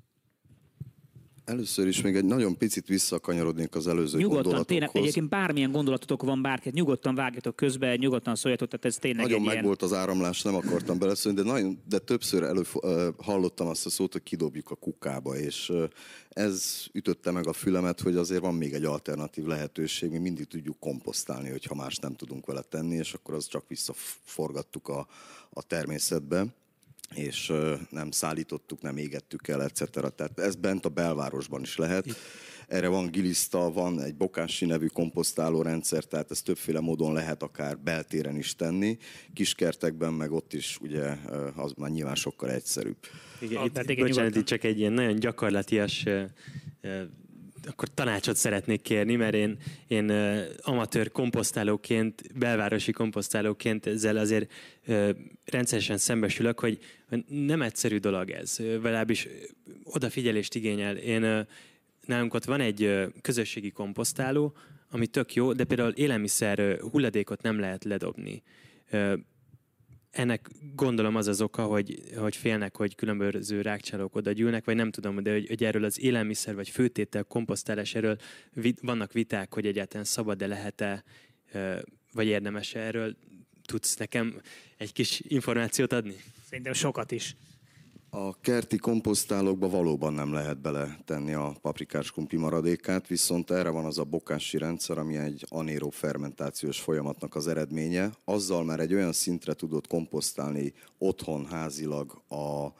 Először is még egy nagyon picit visszakanyarodnék az előző nyugodtan, gondolatokhoz. Tényleg, egyébként bármilyen gondolatotok van bárkit, nyugodtan vágjatok közbe, nyugodtan szóljatok, tehát ez tényleg nagyon egy meg ilyen... volt az áramlás, nem akartam beleszólni, de, nagyon, de többször elő, hallottam azt a szót, hogy kidobjuk a kukába, és ez ütötte meg a fülemet, hogy azért van még egy alternatív lehetőség, mi mindig tudjuk komposztálni, hogyha más nem tudunk vele tenni, és akkor az csak visszaforgattuk a, a természetbe, és nem szállítottuk, nem égettük el, et cetera. Tehát ez bent a belvárosban is lehet. Erre van giliszta, van egy bokási nevű komposztáló rendszer, tehát ez többféle módon lehet akár beltéren is tenni. Kiskertekben meg ott is ugye az már nyilván sokkal egyszerűbb. Igen, ah, itt, bocsánat, itt csak egy ilyen nagyon gyakorlatias uh, uh, akkor tanácsot szeretnék kérni, mert én, én uh, amatőr komposztálóként, belvárosi komposztálóként ezzel azért uh, rendszeresen szembesülök, hogy nem egyszerű dolog ez. Legalábbis odafigyelést igényel. Én, uh, nálunk ott van egy uh, közösségi komposztáló, ami tök jó, de például élelmiszer uh, hulladékot nem lehet ledobni. Uh, Ennek gondolom az az oka, hogy, hogy félnek, hogy különböző rákcsálók oda gyűlnek, vagy nem tudom, de hogy, hogy erről az élelmiszer vagy főtétel, komposztálás, erről vit, vannak viták, hogy egyáltalán szabad-e, lehet-e, vagy érdemes-e erről. Tudsz nekem egy kis információt adni? Szerintem sokat is. A kerti komposztálókba valóban nem lehet beletenni a paprikás krumpli maradékát, viszont erre van az a bokási rendszer, ami egy anaerob fermentációs folyamatnak az eredménye. Azzal már egy olyan szintre tudod komposztálni otthon, házilag a,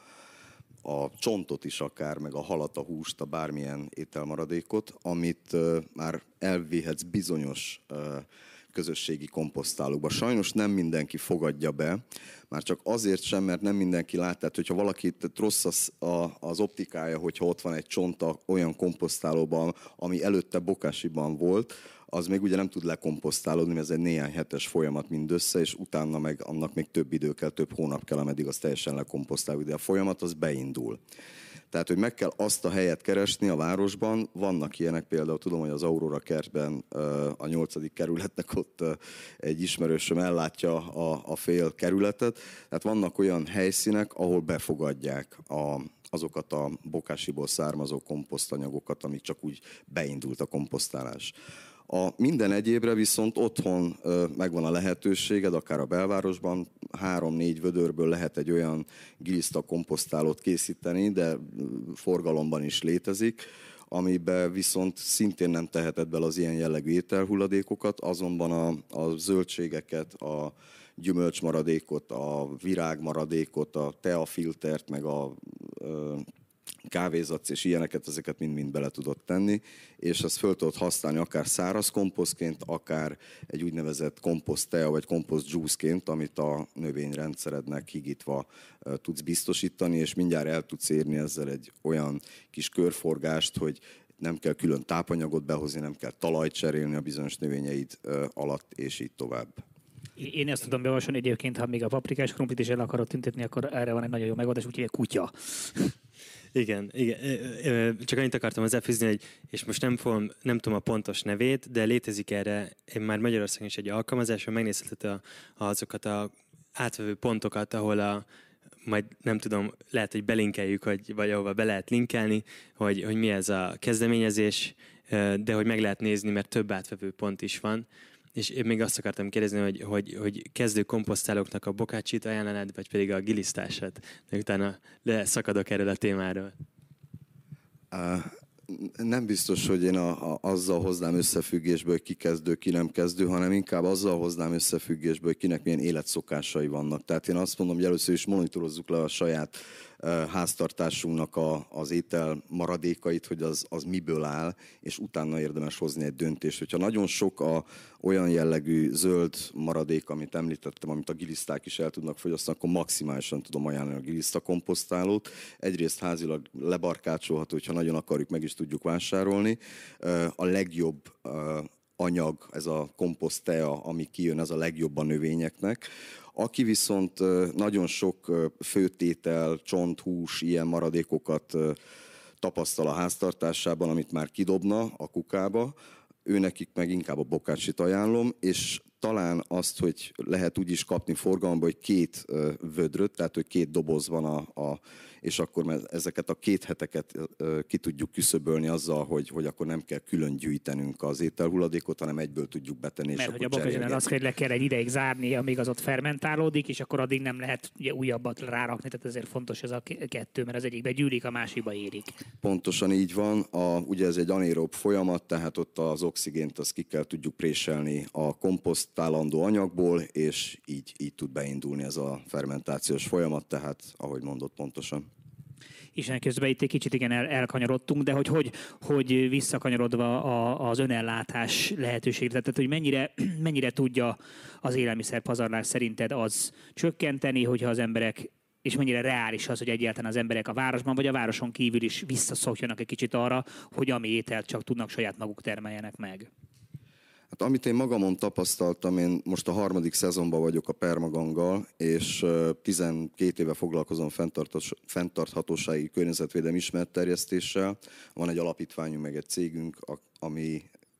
a csontot is akár, meg a halat, a húst, a bármilyen ételmaradékot, amit uh, már elvihetsz bizonyos uh, közösségi komposztálókba. Sajnos nem mindenki fogadja be, már csak azért sem, mert nem mindenki lát, tehát hogyha valakit rossz az, a, az optikája, hogyha ott van egy csonta olyan komposztálóban, ami előtte bokásiban volt, az még ugye nem tud lekomposztálódni, mert ez egy néhány hetes folyamat mindössze, és utána meg annak még több idő kell, több hónap kell, ameddig az teljesen lekomposztálódik, de a folyamat az beindul. Tehát, hogy meg kell azt a helyet keresni a városban, vannak ilyenek, például tudom, hogy az Aurora kertben a nyolcadik kerületnek ott egy ismerősöm ellátja a, a fél kerületet, tehát vannak olyan helyszínek, ahol befogadják a, azokat a bokásiból származó komposztanyagokat, amik csak úgy beindult a komposztálás. A minden egyébre viszont otthon megvan a lehetőséged, akár a belvárosban, három-négy vödörből lehet egy olyan giliszta komposztálót készíteni, de forgalomban is létezik, amiben viszont szintén nem teheted bele az ilyen jellegű ételhulladékokat, azonban a, a zöldségeket, a gyümölcsmaradékot, a virágmaradékot, a teafiltert, meg a kávézatsz és ilyeneket, ezeket mind-mind bele tudod tenni, és azt föl tudod használni akár száraz komposztként, akár egy úgynevezett komposztea vagy komposzt juiceként, amit a növényrendszerednek higítva tudsz biztosítani, és mindjárt el tudsz érni ezzel egy olyan kis körforgást, hogy nem kell külön tápanyagot behozni, nem kell talajt cserélni a bizonyos növényeid alatt, és így tovább. Én ezt tudom javasolni egyébként, ha még a paprikás krumplit is el akarod tüntetni, akkor erre van egy nagyon jó megoldás, úgyhogy egy kutya. Igen, igen. Csak annyit akartam hozzáfűzni, hogy, és most nem, fogom, nem tudom a pontos nevét, de létezik erre már Magyarországon is egy alkalmazás, hogy megnézheted a, azokat a átvevő pontokat, ahol a, majd nem tudom, lehet, hogy belinkeljük, hogy, vagy ahova be lehet linkelni, hogy, hogy mi ez a kezdeményezés, de hogy meg lehet nézni, mert több átvevő pont is van. És én még azt akartam kérdezni, hogy, hogy, hogy kezdő komposztálóknak a bokácsit ajánlanád, vagy pedig a gilisztását, de utána leszakadok erről a témáról. Uh, nem biztos, hogy én a, a, azzal hoznám összefüggésbe, hogy ki kezdő, ki nem kezdő, hanem inkább azzal hoznám összefüggésbe, hogy kinek milyen életszokásai vannak. Tehát én azt mondom, hogy először is monitorozzuk le a saját uh, háztartásunknak a, az étel maradékait, hogy az, az miből áll, és utána érdemes hozni egy döntést. Hogyha nagyon sok a olyan jellegű zöld maradék, amit említettem, amit a giliszták is el tudnak fogyasztani, akkor maximálisan tudom ajánlani a giliszta komposztálót. Egyrészt házilag lebarkácsolható, hogyha nagyon akarjuk, meg is tudjuk vásárolni. A legjobb anyag, ez a komposztea, ami kijön, ez a legjobb a növényeknek. Aki viszont nagyon sok főtétel, csont, hús, ilyen maradékokat tapasztal a háztartásában, amit már kidobna a kukába, őnekik meg inkább a bokácsit ajánlom, és talán azt, hogy lehet úgy is kapni forgalomba, hogy két vödröt, tehát hogy két doboz van, a, a, és akkor ezeket a két heteket ki tudjuk küszöbölni azzal, hogy, hogy akkor nem kell külön gyűjtenünk az ételhulladékot, hanem egyből tudjuk betenni. Mert és hogy a akkor bokácsinál az, hogy le kell egy ideig zárni, amíg az ott fermentálódik, és akkor addig nem lehet ugye, újabbat rárakni, tehát ezért fontos ez a kettő, mert az egyikbe gyűlik, a másikba érik. Pontosan így van, a, ugye ez egy anaerob folyamat, tehát ott az oxigént azt ki kell tudjuk préselni a komposztálandó anyagból, és így, így tud beindulni ez a fermentációs folyamat, tehát ahogy mondott pontosan. És közben itt egy kicsit igen el, elkanyarodtunk, de hogy, hogy, hogy visszakanyarodva a, az önellátás lehetőségre, tehát hogy mennyire, mennyire tudja az élelmiszerpazarlás szerinted az csökkenteni, hogyha az emberek, és mennyire reális az, hogy egyáltalán az emberek a városban vagy a városon kívül is visszaszokjanak egy kicsit arra, hogy ami ételt csak tudnak saját maguk termeljenek meg? Hát amit én magamon tapasztaltam, én most a harmadik szezonban vagyok a Permaganggal, és tizenkét éve foglalkozom fenntarthatósági környezetvédelmi ismeretterjesztéssel. Van egy alapítványunk, meg egy cégünk, ami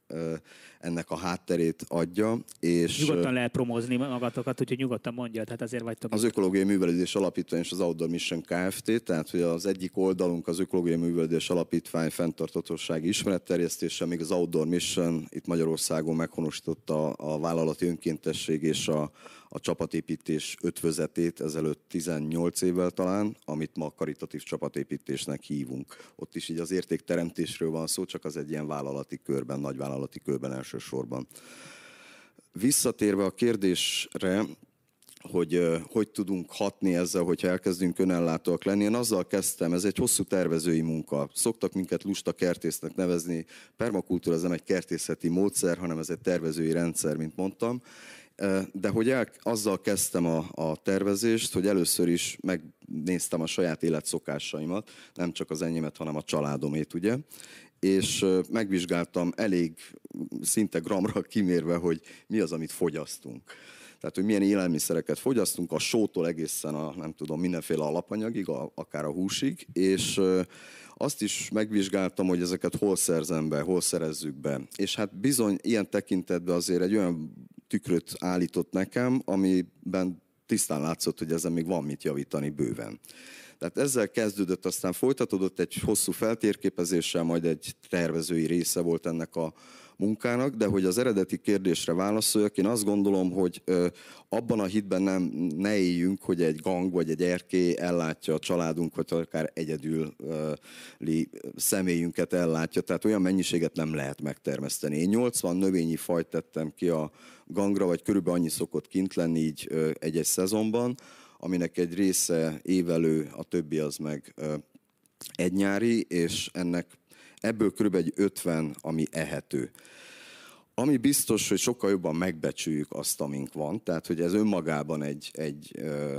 ennek a hátterét adja. És nyugodtan lehet promózni magatokat, úgyhogy nyugodtan mondja, tehát azért vagytok. Az Ökológiai Művelődés Alapítvány és az Outdoor Mission Kft. Tehát, hogy az egyik oldalunk az Ökológiai Művelődés Alapítvány fenntarthatósági ismeretterjesztése, még az Outdoor Mission itt Magyarországon meghonosította a vállalati önkéntesség és a, a csapatépítés ötvözetét ezelőtt tizennyolc évvel talán, amit ma karitatív csapatépítésnek hívunk. Ott is így az értékteremtésről van szó, csak az egy ilyen vállalati körben, nagyvállalati körben elsősorban. Visszatérve a kérdésre, hogy hogy tudunk hatni ezzel, hogyha elkezdünk önellátóak lenni. Én azzal kezdtem, ez egy hosszú tervezői munka. Szoktak minket lusta kertésznek nevezni. Permakultúra ez nem egy kertészeti módszer, hanem ez egy tervezői rendszer, mint mondtam. De hogy el, azzal kezdtem a, a tervezést, hogy először is megnéztem a saját életszokásaimat, nem csak az enyémet, hanem a családomét, ugye? És megvizsgáltam elég szinte gramra kimérve, hogy mi az, amit fogyasztunk. Tehát, hogy milyen élelmiszereket fogyasztunk, a sótól egészen a, nem tudom, mindenféle alapanyagig, a, akár a húsig, és azt is megvizsgáltam, hogy ezeket hol szerzem be, hol szerezzük be. És hát bizony ilyen tekintetben azért egy olyan tükröt állított nekem, amiben tisztán látszott, hogy ezen még van mit javítani bőven. Tehát ezzel kezdődött, aztán folytatódott egy hosszú feltérképezéssel, majd egy tervezői része volt ennek a munkának, de hogy az eredeti kérdésre válaszoljak, én azt gondolom, hogy ö, abban a hitben nem, ne éljünk, hogy egy gang vagy egy erkély ellátja a családunk, vagy akár egyedüli személyünket ellátja, tehát olyan mennyiséget nem lehet megtermeszteni. Én nyolcvan növényi fajt tettem ki a gangra, vagy körülbelül annyi szokott kint lenni így ö, egy-egy szezonban, aminek egy része évelő, a többi az meg ö, egynyári, és ennek ebből körülbelül egy ötven, ami ehető. Ami biztos, hogy sokkal jobban megbecsüljük azt, amink van, tehát hogy ez önmagában egy, egy ö,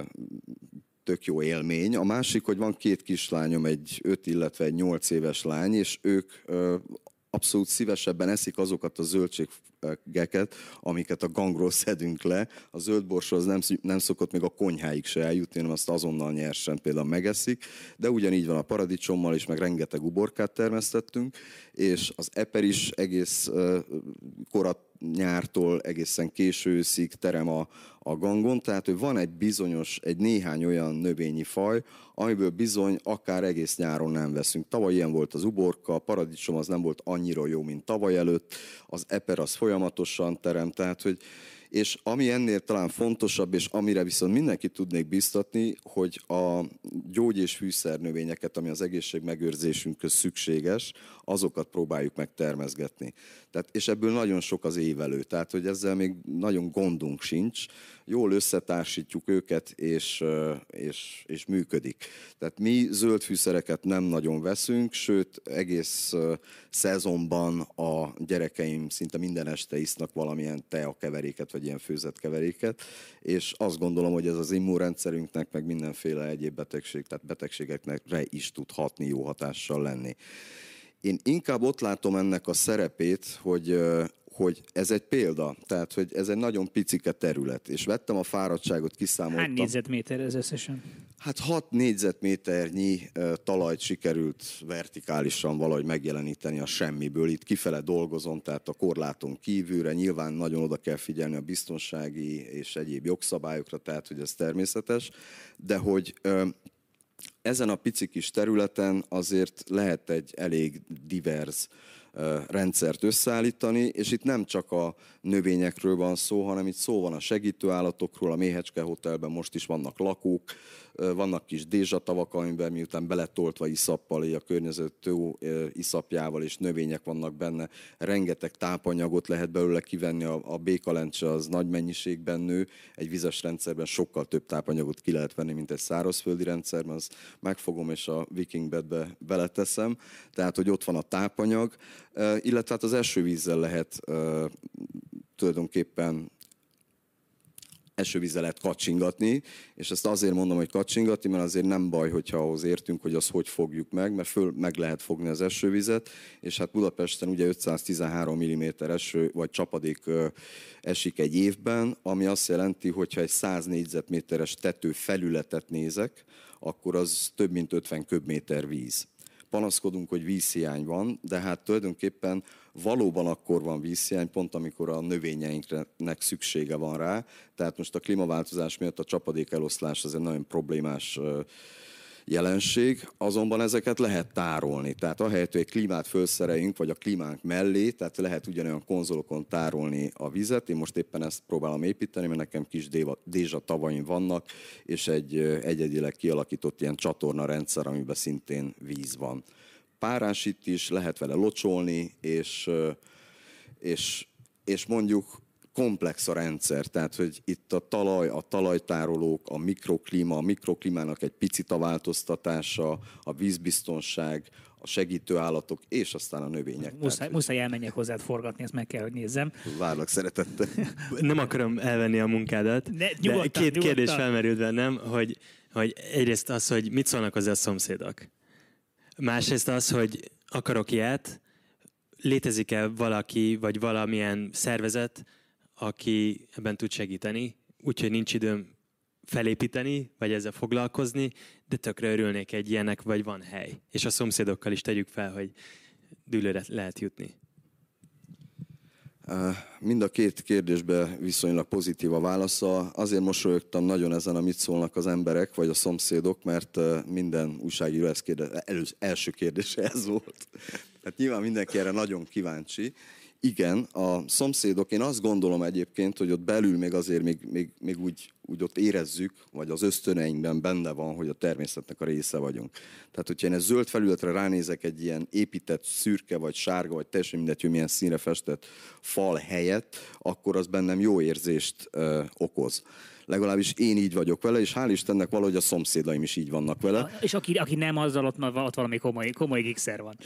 tök jó élmény. A másik, hogy van két kislányom, egy öt, illetve egy nyolc éves lány, és ők ö, abszolút szívesebben eszik azokat a zöldségeket, amiket a gangról szedünk le. A zöldborsó az nem, nem szokott még a konyháig se eljutni, hanem azt azonnal nyersen például megeszik, de ugyanígy van a paradicsommal is, meg rengeteg uborkát termesztettünk, és az eper is egész uh, korat nyártól egészen késő őszig terem a, a gangon, tehát hogy van egy bizonyos, egy néhány olyan növényi faj, amiből bizony akár egész nyáron nem veszünk. Tavaly ilyen volt az uborka, a paradicsom az nem volt annyira jó, mint tavaly előtt, az eper az folyamatosan terem, tehát hogy és ami ennél talán fontosabb, és amire viszont mindenkit tudnék biztatni, hogy a gyógy- és fűszernövényeket, ami az egészségmegőrzésünkhöz szükséges, azokat próbáljuk meg termeszgetni. Tehát, és ebből nagyon sok az évelő, tehát hogy ezzel még nagyon gondunk sincs, jól összetársítjuk őket, és, és, és működik. Tehát mi zöld fűszereket nem nagyon veszünk, sőt egész szezonban a gyerekeim szinte minden este isznak valamilyen teakeveréket, vagy ilyen főzett keveréket, és azt gondolom, hogy ez az immunrendszerünknek, meg mindenféle egyéb betegség, tehát betegségekre is tud hatni, jó hatással lenni. Én inkább ott látom ennek a szerepét, hogy, hogy ez egy példa, tehát hogy ez egy nagyon picike terület, és vettem a fáradtságot, kiszámoltam. Hány négyzetméter ez összesen? Hát hat négyzetméternyi talajt sikerült vertikálisan valahogy megjeleníteni a semmiből. Itt kifele dolgozom, tehát a korláton kívülre. Nyilván nagyon oda kell figyelni a biztonsági és egyéb jogszabályokra, tehát hogy ez természetes, de hogy ezen a pici kis területen azért lehet egy elég divers rendszert összeállítani, és itt nem csak a növényekről van szó, hanem itt szó van a segítőállatokról, a Méhecske Hotelben most is vannak lakók, vannak kis dézsatavak, amiben miután beletoltva iszappal, a környező tó iszapjával és növények vannak benne, rengeteg tápanyagot lehet belőle kivenni, a, a békalencse az nagy mennyiségben nő, egy vizes rendszerben sokkal több tápanyagot ki lehet venni, mint egy szárazföldi rendszerben, azt megfogom és a Viking Bedbe beleteszem, tehát hogy ott van a tápanyag, illetve hát az esővízzel lehet tulajdonképpen esővízzel lehet kacsingatni, és ezt azért mondom, hogy kacsingatni, mert azért nem baj, hogyha ahhoz értünk, hogy azt hogy fogjuk meg, mert föl meg lehet fogni az esővizet, és hát Budapesten ugye ötszáztizenhárom milliméter eső vagy csapadék esik egy évben, ami azt jelenti, hogyha egy száz négyzetméteres tető felületet nézek, akkor az több mint ötven köbméter víz. Panaszkodunk, hogy vízhiány van, de hát tulajdonképpen valóban akkor van vízhiány, pont amikor a növényeinknek szüksége van rá. Tehát most a klímaváltozás miatt a csapadék eloszlás az egy nagyon problémás jelenség, azonban ezeket lehet tárolni. Tehát ahelyett, hogy egy klímát felszereljünk, vagy a klímánk mellé, tehát lehet ugyanolyan konzolokon tárolni a vizet. Én most éppen ezt próbálom építeni, mert nekem kis dézsa tavaim vannak, és egy egyedileg kialakított ilyen csatornarendszer, amiben szintén víz van. Párás itt is, lehet vele locsolni, és, és, és mondjuk komplex a rendszer, tehát hogy itt a talaj, a talajtárolók, a mikroklíma, a mikroklímának egy picit a változtatása, a vízbiztonság, a segítőállatok, és aztán a növények. Muszáj, tehát, muszáj elmenjek hozzád forgatni, ezt meg kell, hogy nézzem. Várlak szeretettel. Nem akarom elvenni a munkádat, Ne, de nyugodtan, két nyugodtan. kérdés felmerült bennem, hogy, hogy egyrészt az, hogy mit szólnak hozzá a szomszédok. Másrészt az, hogy akarok ilyet, létezik-e valaki, vagy valamilyen szervezet, aki ebben tud segíteni, úgyhogy nincs időm felépíteni, vagy ezzel foglalkozni, de tökre örülnék egy ilyenek, vagy van hely. És a szomszédokkal is tegyük fel, hogy dűlőre lehet jutni. Mind a két kérdésben viszonylag pozitív a válasza. Azért mosolyogtam nagyon ezen, amit szólnak az emberek, vagy a szomszédok, mert minden újságíró ezt kérdez, elősz, első kérdése ez volt. Tehát nyilván mindenki erre nagyon kíváncsi. Igen, a szomszédok, én azt gondolom egyébként, hogy ott belül még azért még, még, még úgy, úgy ott érezzük, vagy az ösztöneinkben benne van, hogy a természetnek a része vagyunk. Tehát, hogyha én egy zöld felületre ránézek egy ilyen épített szürke, vagy sárga, vagy teljesen mindegy, hogy milyen színre festett fal helyett, akkor az bennem jó érzést ö, okoz. Legalábbis én így vagyok vele, és hál' Istennek valahogy a szomszédaim is így vannak vele. És aki, aki nem azzal, ott, ott valami komoly, komoly gigszer van.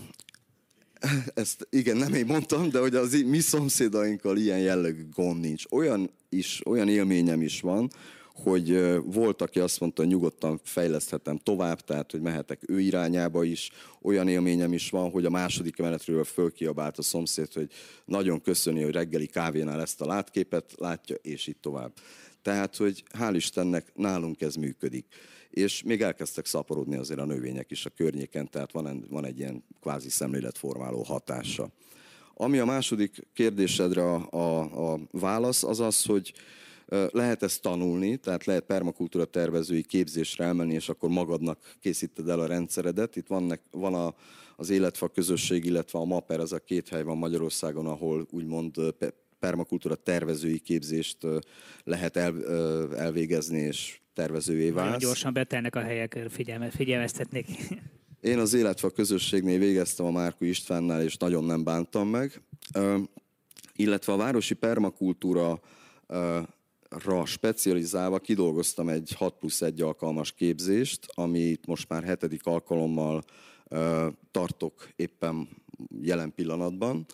Ezt igen, nem én mondtam, de hogy az mi szomszédainkkal ilyen jellegű gond nincs. Olyan, is, olyan élményem is van, hogy volt, aki azt mondta, hogy nyugodtan fejleszthetem tovább, tehát hogy mehetek ő irányába is. Olyan élményem is van, hogy a második emeletről fölkiabált a szomszéd, hogy nagyon köszöni, hogy reggeli kávénál ezt a látképet látja, és így tovább. Tehát, hogy hál' Istennek nálunk ez működik. És még elkezdtek szaporodni azért a növények is a környéken, tehát van, van egy ilyen kvázi szemléletformáló hatása. Ami a második kérdésedre a, a, a válasz, az az, hogy lehet ezt tanulni, tehát lehet permakultúra tervezői képzésre elmenni, és akkor magadnak készíted el a rendszeredet. Itt van, van a, az Életfa közösség, illetve a MAPER, ez a két hely van Magyarországon, ahol úgymond permakultúra tervezői képzést lehet el, elvégezni, és tervezővé válsz. Nagyon gyorsan betelnek a helyek, figyelme, figyelmeztetnék. Én az Életfa közösségnél végeztem a Márkó Istvánnál, és nagyon nem bántam meg. Uh, illetve a városi permakultúra uh, ra specializálva kidolgoztam egy hat plusz egy alkalmas képzést, amit most már hetedik alkalommal uh, tartok éppen jelen pillanatban,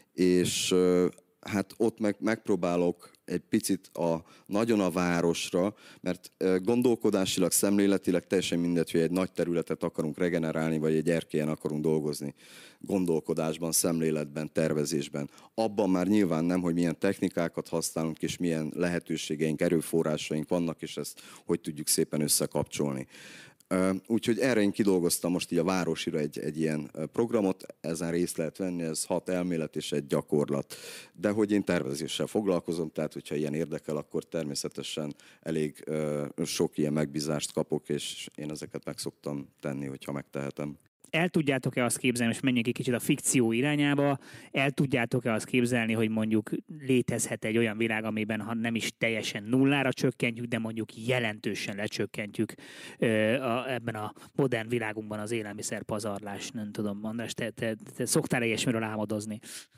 és uh, hát ott meg, megpróbálok egy picit a, nagyon a városra, mert gondolkodásilag, szemléletileg teljesen mindegy, hogy egy nagy területet akarunk regenerálni, vagy egy erkélyen akarunk dolgozni. Gondolkodásban, szemléletben, tervezésben. Abban már nyilván nem, hogy milyen technikákat használunk, és milyen lehetőségeink, erőforrásaink vannak, és ezt hogy tudjuk szépen összekapcsolni. Úgyhogy erre én kidolgoztam most így a városira egy, egy ilyen programot, ezen részt lehet venni, ez hat elmélet és egy gyakorlat. De hogy én tervezéssel foglalkozom, tehát hogyha ilyen érdekel, akkor természetesen elég uh, sok ilyen megbízást kapok, és én ezeket meg szoktam tenni, hogyha megtehetem. El tudjátok-e azt képzelni, és menjünk egy kicsit a fikció irányába, el tudjátok-e azt képzelni, hogy mondjuk létezhet egy olyan világ, amiben ha nem is teljesen nullára csökkentjük, de mondjuk jelentősen lecsökkentjük ö, a, ebben a modern világunkban az élelmiszerpazarlás, nem tudom, András, te, te, te szoktál ilyesmiről álmodozni?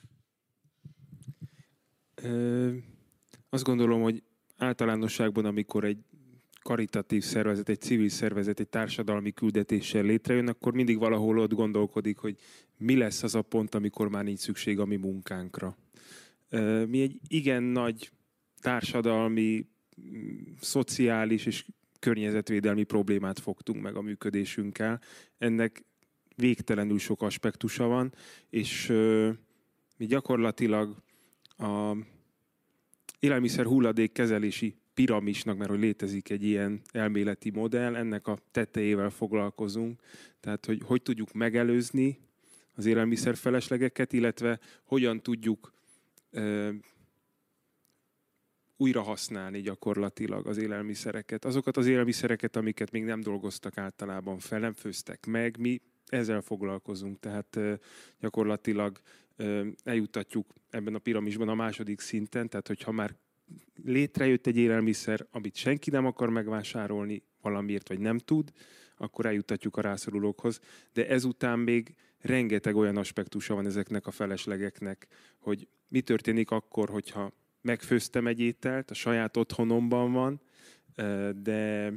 Ö, azt gondolom, hogy általánosságban, amikor egy karitatív szervezet, egy civil szervezet, egy társadalmi küldetéssel létrejön, akkor mindig valahol ott gondolkodik, hogy mi lesz az a pont, amikor már nincs szükség a mi munkánkra. Mi egy igen nagy társadalmi, szociális és környezetvédelmi problémát fogtunk meg a működésünkkel. Ennek végtelenül sok aspektusa van, és mi gyakorlatilag a élelmiszer hulladék kezelési piramisnak, mert hogy létezik egy ilyen elméleti modell, ennek a tetejével foglalkozunk. Tehát, hogy hogy tudjuk megelőzni az élelmiszerfeleslegeket, illetve hogyan tudjuk ö, újra használni gyakorlatilag az élelmiszereket. Azokat az élelmiszereket, amiket még nem dolgoztak általában fel, nem főztek meg, mi ezzel foglalkozunk. Tehát ö, gyakorlatilag ö, eljuttatjuk ebben a piramisban a második szinten, tehát hogyha már létrejött egy élelmiszer, amit senki nem akar megvásárolni valamiért, vagy nem tud, akkor eljuttatjuk a rászorulókhoz. De ezután még rengeteg olyan aspektusa van ezeknek a feleslegeknek, hogy mi történik akkor, hogyha megfőztem egy ételt, a saját otthonomban van, de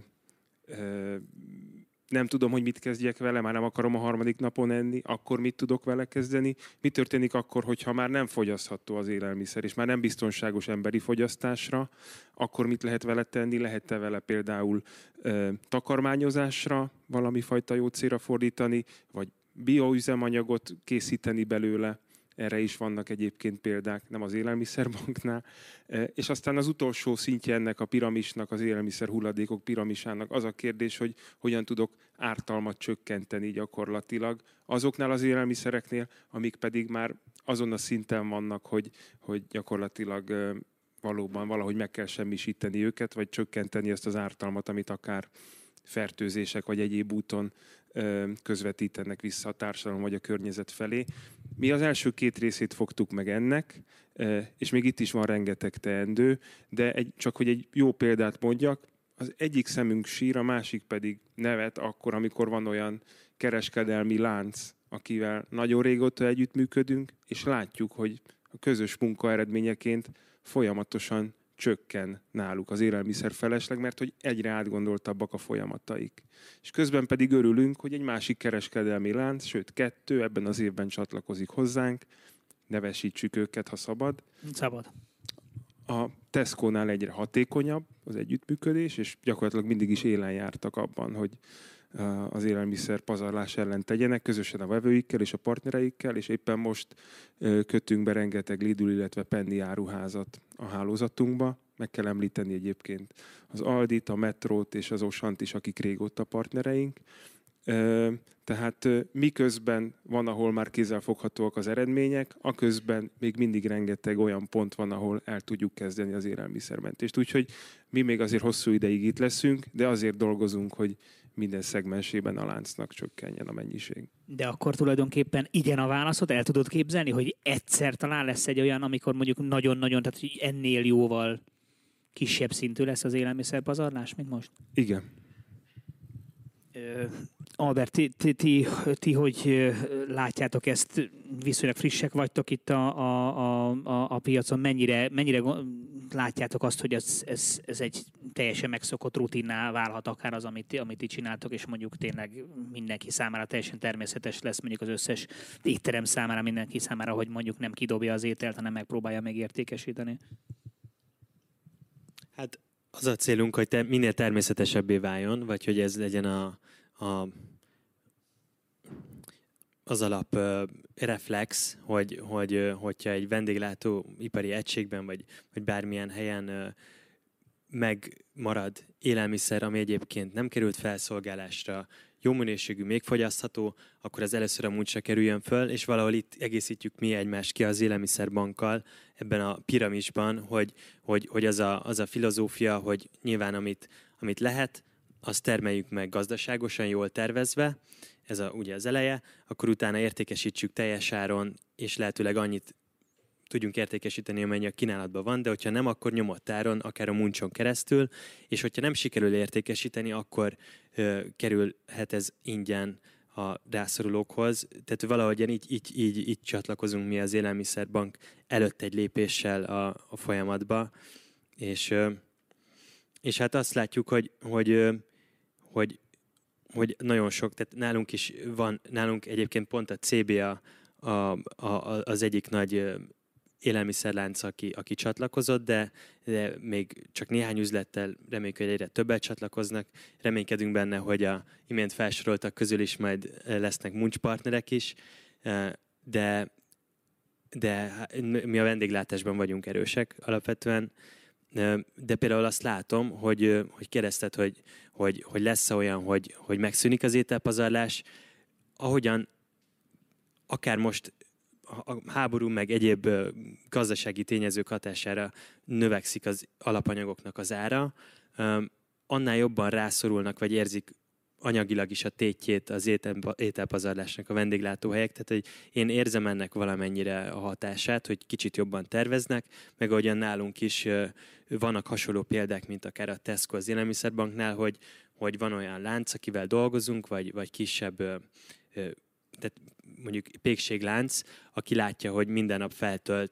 nem tudom, hogy mit kezdjek vele, már nem akarom a harmadik napon enni, akkor mit tudok vele kezdeni? Mi történik akkor, hogyha már nem fogyasztható az élelmiszer, és már nem biztonságos emberi fogyasztásra, akkor mit lehet vele tenni? Lehet-e vele például ö, takarmányozásra valami fajta jó célra fordítani, vagy bioüzemanyagot készíteni belőle? Erre is vannak egyébként példák, nem az élelmiszerbanknál. És aztán az utolsó szintje ennek a piramisnak, az élelmiszer hulladékok piramisának az a kérdés, hogy hogyan tudok ártalmat csökkenteni gyakorlatilag azoknál az élelmiszereknél, amik pedig már azon a szinten vannak, hogy, hogy gyakorlatilag valóban valahogy meg kell semmisíteni őket, vagy csökkenteni ezt az ártalmat, amit akár fertőzések vagy egyéb úton közvetítenek vissza a társadalom vagy a környezet felé. Mi az első két részét fogtuk meg ennek, és még itt is van rengeteg teendő, de egy, csak hogy egy jó példát mondjak, az egyik szemünk sír, a másik pedig nevet akkor, amikor van olyan kereskedelmi lánc, akivel nagyon régóta együttműködünk, és látjuk, hogy a közös munka eredményeként folyamatosan csökken náluk az élelmiszer felesleg, mert hogy egyre átgondoltabbak a folyamataik. És közben pedig örülünk, hogy egy másik kereskedelmi lánc, sőt kettő, ebben az évben csatlakozik hozzánk, nevesítsük őket, ha szabad. Szabad. A Tesco-nál egyre hatékonyabb az együttműködés, és gyakorlatilag mindig is élen jártak abban, hogy az élelmiszer pazarlás ellen tegyenek, közösen a vevőikkel és a partnereikkel, és éppen most kötünk be rengeteg Lidl, illetve Penny áruházat a hálózatunkba. Meg kell említeni egyébként az Aldit, a Metrót és az Osant is, akik régóta partnereink. Tehát miközben van, ahol már kézzelfoghatóak az eredmények, aközben még mindig rengeteg olyan pont van, ahol el tudjuk kezdeni az élelmiszermentést. Úgyhogy mi még azért hosszú ideig itt leszünk, de azért dolgozunk, hogy minden szegmensében a láncnak csökkenjen a mennyiség. De akkor tulajdonképpen igen a válaszot, el tudod képzelni, hogy egyszer talán lesz egy olyan, amikor mondjuk nagyon-nagyon, tehát ennél jóval kisebb szintű lesz az élelmiszerpazarlás, mint most? Igen. Albert, ti, ti, ti, ti hogy látjátok ezt? Viszonylag frissek vagytok itt a, a, a, a piacon. Mennyire, mennyire látjátok azt, hogy ez, ez, ez egy teljesen megszokott rutinná válhat akár az, amit, amit ti csináltok, és mondjuk tényleg mindenki számára teljesen természetes lesz, mondjuk az összes étterem számára, mindenki számára, hogy mondjuk nem kidobja az ételt, hanem megpróbálja megértékesíteni? Hát az a célunk, hogy te minél természetesebbé váljon, vagy hogy ez legyen a, a, az alap uh, reflex, hogy, hogy uh, hogyha egy vendéglátóipari egységben, vagy, vagy bármilyen helyen uh, megmarad élelmiszer, ami egyébként nem került felszolgálásra, jó minőségű, még fogyasztható, akkor az először a múltra kerüljön föl, és valahol itt egészítjük mi egymást ki az élelmiszerbankkal ebben a piramisban, hogy, hogy, hogy az, a, az a filozófia, hogy nyilván amit, amit lehet, azt termeljük meg gazdaságosan, jól tervezve, ez a, ugye az eleje, akkor utána értékesítsük teljes áron, és lehetőleg annyit tudjunk értékesíteni, amennyi a kínálatban van, de hogyha nem, akkor nyomott áron, akár a muncson keresztül, és hogyha nem sikerül értékesíteni, akkor ö, kerülhet ez ingyen a rászorulókhoz. Tehát valahogyan így, így, így, így csatlakozunk mi az Élelmiszerbank előtt egy lépéssel a, a folyamatba, és, ö, és hát azt látjuk, hogy, hogy, ö, hogy, hogy nagyon sok, tehát nálunk is van, nálunk egyébként pont a cé bé a, a, a, az egyik nagy élelmiszerlánc, aki, aki csatlakozott, de, de még csak néhány üzlettel reméljük, hogy egyre többet csatlakoznak. Reménykedünk benne, hogy a imént felsoroltak közül is majd lesznek muncspartnerek is, de, de mi a vendéglátásban vagyunk erősek alapvetően, de például azt látom, hogy, hogy kérdezted, hogy, hogy, hogy lesz-e olyan, hogy, hogy megszűnik az ételpazarlás, ahogyan akár most a háború meg egyéb gazdasági tényezők hatására növekszik az alapanyagoknak az ára, annál jobban rászorulnak, vagy érzik anyagilag is a tétjét az ételpazarlásnak a vendéglátóhelyek. Tehát, hogy én érzem ennek valamennyire a hatását, hogy kicsit jobban terveznek, meg ahogyan nálunk is vannak hasonló példák, mint akár a Tesco az Élelmiszerbanknál, hogy, hogy van olyan lánc, akivel dolgozunk, vagy, vagy kisebb, tehát mondjuk pékséglánc, aki látja, hogy minden nap feltölt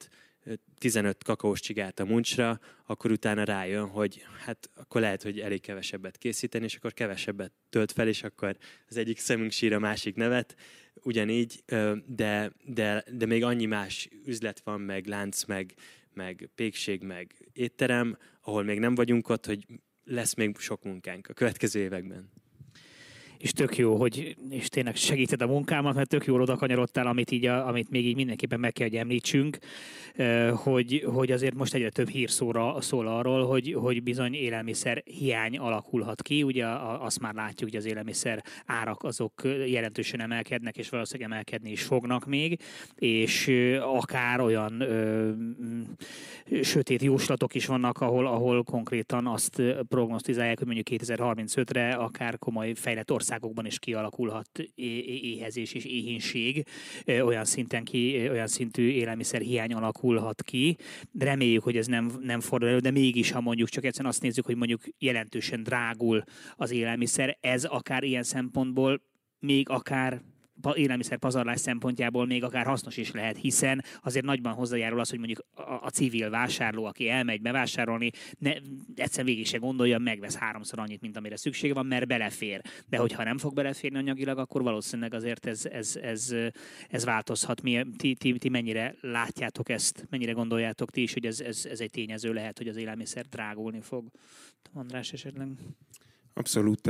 tizenöt kakaós csigát a muncsra, akkor utána rájön, hogy hát akkor lehet, hogy elég kevesebbet készíteni, és akkor kevesebbet tölt fel, és akkor az egyik szemünk sír, a másik nevet. Ugyanígy, de, de, de még annyi más üzlet van, meg lánc, meg, meg pékség, meg étterem, ahol még nem vagyunk ott, hogy lesz még sok munkánk a következő években. És tök jó, hogy és tényleg segíted a munkámat, mert tök jól oda kanyarodtál, amit, így a, amit még így mindenképpen meg kell, hogy említsünk, hogy, hogy azért most egyre több hír szóra, szól arról, hogy, hogy bizony élelmiszer hiány alakulhat ki. Ugye azt már látjuk, hogy az élelmiszer árak azok jelentősen emelkednek, és valószínűleg emelkedni is fognak még, és akár olyan ö, sötét jóslatok is vannak, ahol, ahol konkrétan azt prognosztizálják, hogy mondjuk kétezer-harmincötre akár komoly fejlett országokban is kialakulhat éhezés és éhínség, olyan szinten ki, olyan szintű élelmiszer hiány alakulhat ki. De reméljük, hogy ez nem, nem fordul elő, de mégis, ha mondjuk csak egyszerűen azt nézzük, hogy mondjuk jelentősen drágul az élelmiszer, ez akár ilyen szempontból még akár élelmiszer pazarlás szempontjából még akár hasznos is lehet, hiszen azért nagyban hozzájárul az, hogy mondjuk a, a civil vásárló, aki elmegy bevásárolni, ne, egyszerűen végig se gondolja, megvesz háromszor annyit, mint amire szüksége van, mert belefér. De hogyha nem fog beleférni anyagilag, akkor valószínűleg azért ez, ez, ez, ez változhat. Mi, ti, ti, ti mennyire látjátok ezt, mennyire gondoljátok ti is, hogy ez, ez, ez egy tényező lehet, hogy az élelmiszer drágulni fog? András esetleg? Abszolút.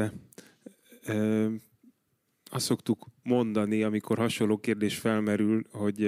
E- Azt szoktuk mondani, amikor hasonló kérdés felmerül, hogy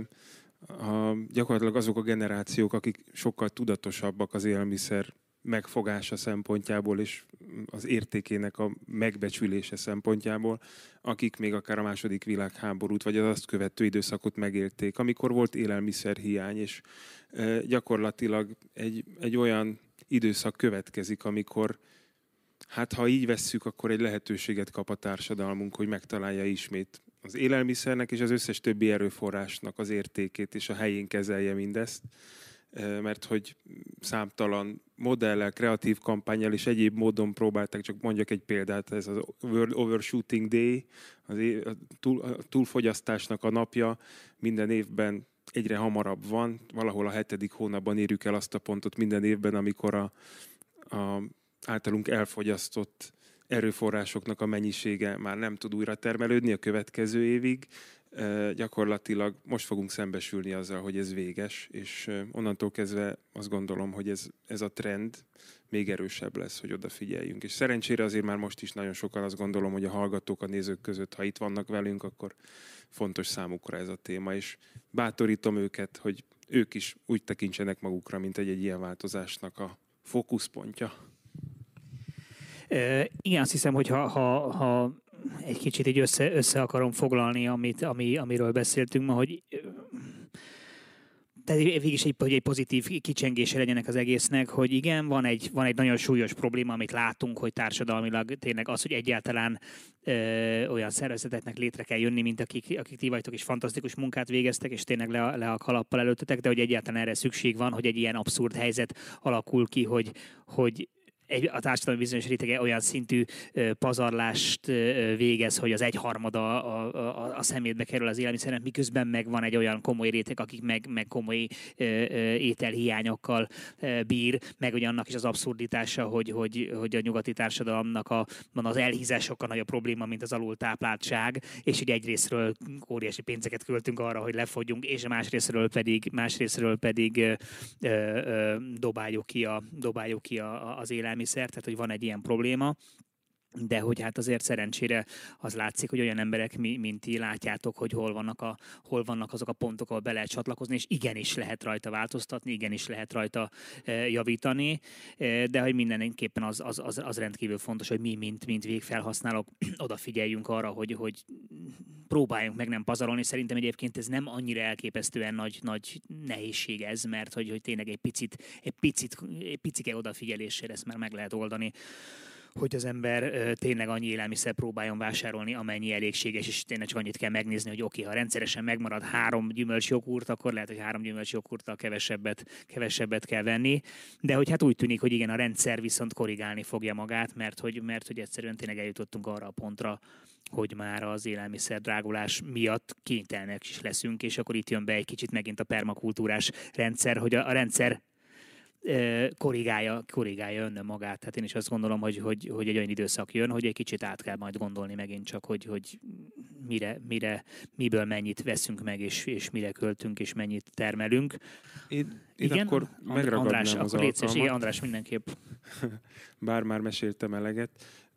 a, gyakorlatilag azok a generációk, akik sokkal tudatosabbak az élelmiszer megfogása szempontjából és az értékének a megbecsülése szempontjából, akik még akár a második világháborút vagy az azt követő időszakot megélték, amikor volt élelmiszerhiány, és gyakorlatilag egy, egy olyan időszak következik, amikor hát ha így vesszük, akkor egy lehetőséget kap a társadalmunk, hogy megtalálja ismét az élelmiszernek és az összes többi erőforrásnak az értékét, és a helyén kezelje mindezt. Mert hogy számtalan modellel, kreatív kampányjal és egyéb módon próbálták, csak mondjak egy példát, ez az World Overshooting Day, az é- a, túl, a túlfogyasztásnak a napja, minden évben egyre hamarabb van, valahol a hetedik hónapban érjük el azt a pontot minden évben, amikor a, a általunk elfogyasztott erőforrásoknak a mennyisége már nem tud újra termelődni a következő évig. E, gyakorlatilag most fogunk szembesülni azzal, hogy ez véges, és onnantól kezdve azt gondolom, hogy ez, ez a trend még erősebb lesz, hogy odafigyeljünk. És szerencsére azért már most is nagyon sokan azt gondolom, hogy a hallgatók, a nézők között, ha itt vannak velünk, akkor fontos számukra ez a téma, és bátorítom őket, hogy ők is úgy tekintsenek magukra, mint egy, egy ilyen változásnak a fókuszpontja. Uh, igen, azt hiszem, hogy ha, ha, ha egy kicsit így össze, össze akarom foglalni, amit, ami, amiről beszéltünk ma, hogy tehát végig egy, hogy egy pozitív kicsengése legyenek az egésznek, hogy igen, van egy, van egy nagyon súlyos probléma, amit látunk, hogy társadalmilag tényleg az, hogy egyáltalán ö, olyan szervezeteknek létre kell jönni, mint akik, akik ti vagytok, és fantasztikus munkát végeztek, és tényleg le, le a kalappal előttetek, de hogy egyáltalán erre szükség van, hogy egy ilyen abszurd helyzet alakul ki, hogy, hogy egy, a társadalmi bizonyos rétege olyan szintű ö, pazarlást ö, végez, hogy az egyharmada a, a, a szemétbe kerül az élelmiszernek, miközben meg van egy olyan komoly réteg, akik meg, meg komoly ö, ö, ételhiányokkal ö, bír, meg hogy annak is az abszurditása, hogy, hogy, hogy a nyugati társadalomnak a, van az elhízás sokkal nagyobb probléma, mint az alultápláltság, és hogy egyrészről óriási pénzeket költünk arra, hogy lefogyjunk, és másrészről pedig, másrészről pedig ö, ö, dobáljuk ki, a, dobáljuk ki a, az élelmiszert. Tehát, hogy van egy ilyen probléma, de hogy hát azért szerencsére az látszik, hogy olyan emberek, mint ti látjátok, hogy hol vannak, a, hol vannak azok a pontok, ahol be lehet csatlakozni, és igenis lehet rajta változtatni, igenis lehet rajta e, javítani, e, de hogy mindenképpen az, az, az, az rendkívül fontos, hogy mi, mint, mint végfelhasználók odafigyeljünk arra, hogy, hogy próbáljunk meg nem pazarolni. Szerintem egyébként ez nem annyira elképesztően nagy, nagy nehézség ez, mert hogy, hogy tényleg egy picit, egy picit, egy picike odafigyeléssel ezt már meg lehet oldani, hogy az ember ö, tényleg annyi élelmiszer próbáljon vásárolni, amennyi elégséges, és tényleg csak annyit kell megnézni, hogy oké, okay, ha rendszeresen megmarad három gyümölcsjoghurt, akkor lehet, hogy három gyümölcsjoghurttal kevesebbet, kevesebbet kell venni. De hogy hát úgy tűnik, hogy igen, a rendszer viszont korrigálni fogja magát, mert hogy, mert hogy egyszerűen tényleg eljutottunk arra a pontra, hogy már az élelmiszer drágulás miatt kénytelenek is leszünk, és akkor itt jön be egy kicsit megint a permakultúrás rendszer, hogy a, a rendszer korrigálja, korrigálja önnön magát. Tehát én is azt gondolom, hogy, hogy, hogy egy olyan időszak jön, hogy egy kicsit át kell majd gondolni megint csak, hogy, hogy mire, mire, miből mennyit veszünk meg, és, és mire költünk, és mennyit termelünk. Én, én igen? akkor megragadnám András, az akkor létszés, igen, alkalmat. András mindenképp. Bár már meséltem eleget.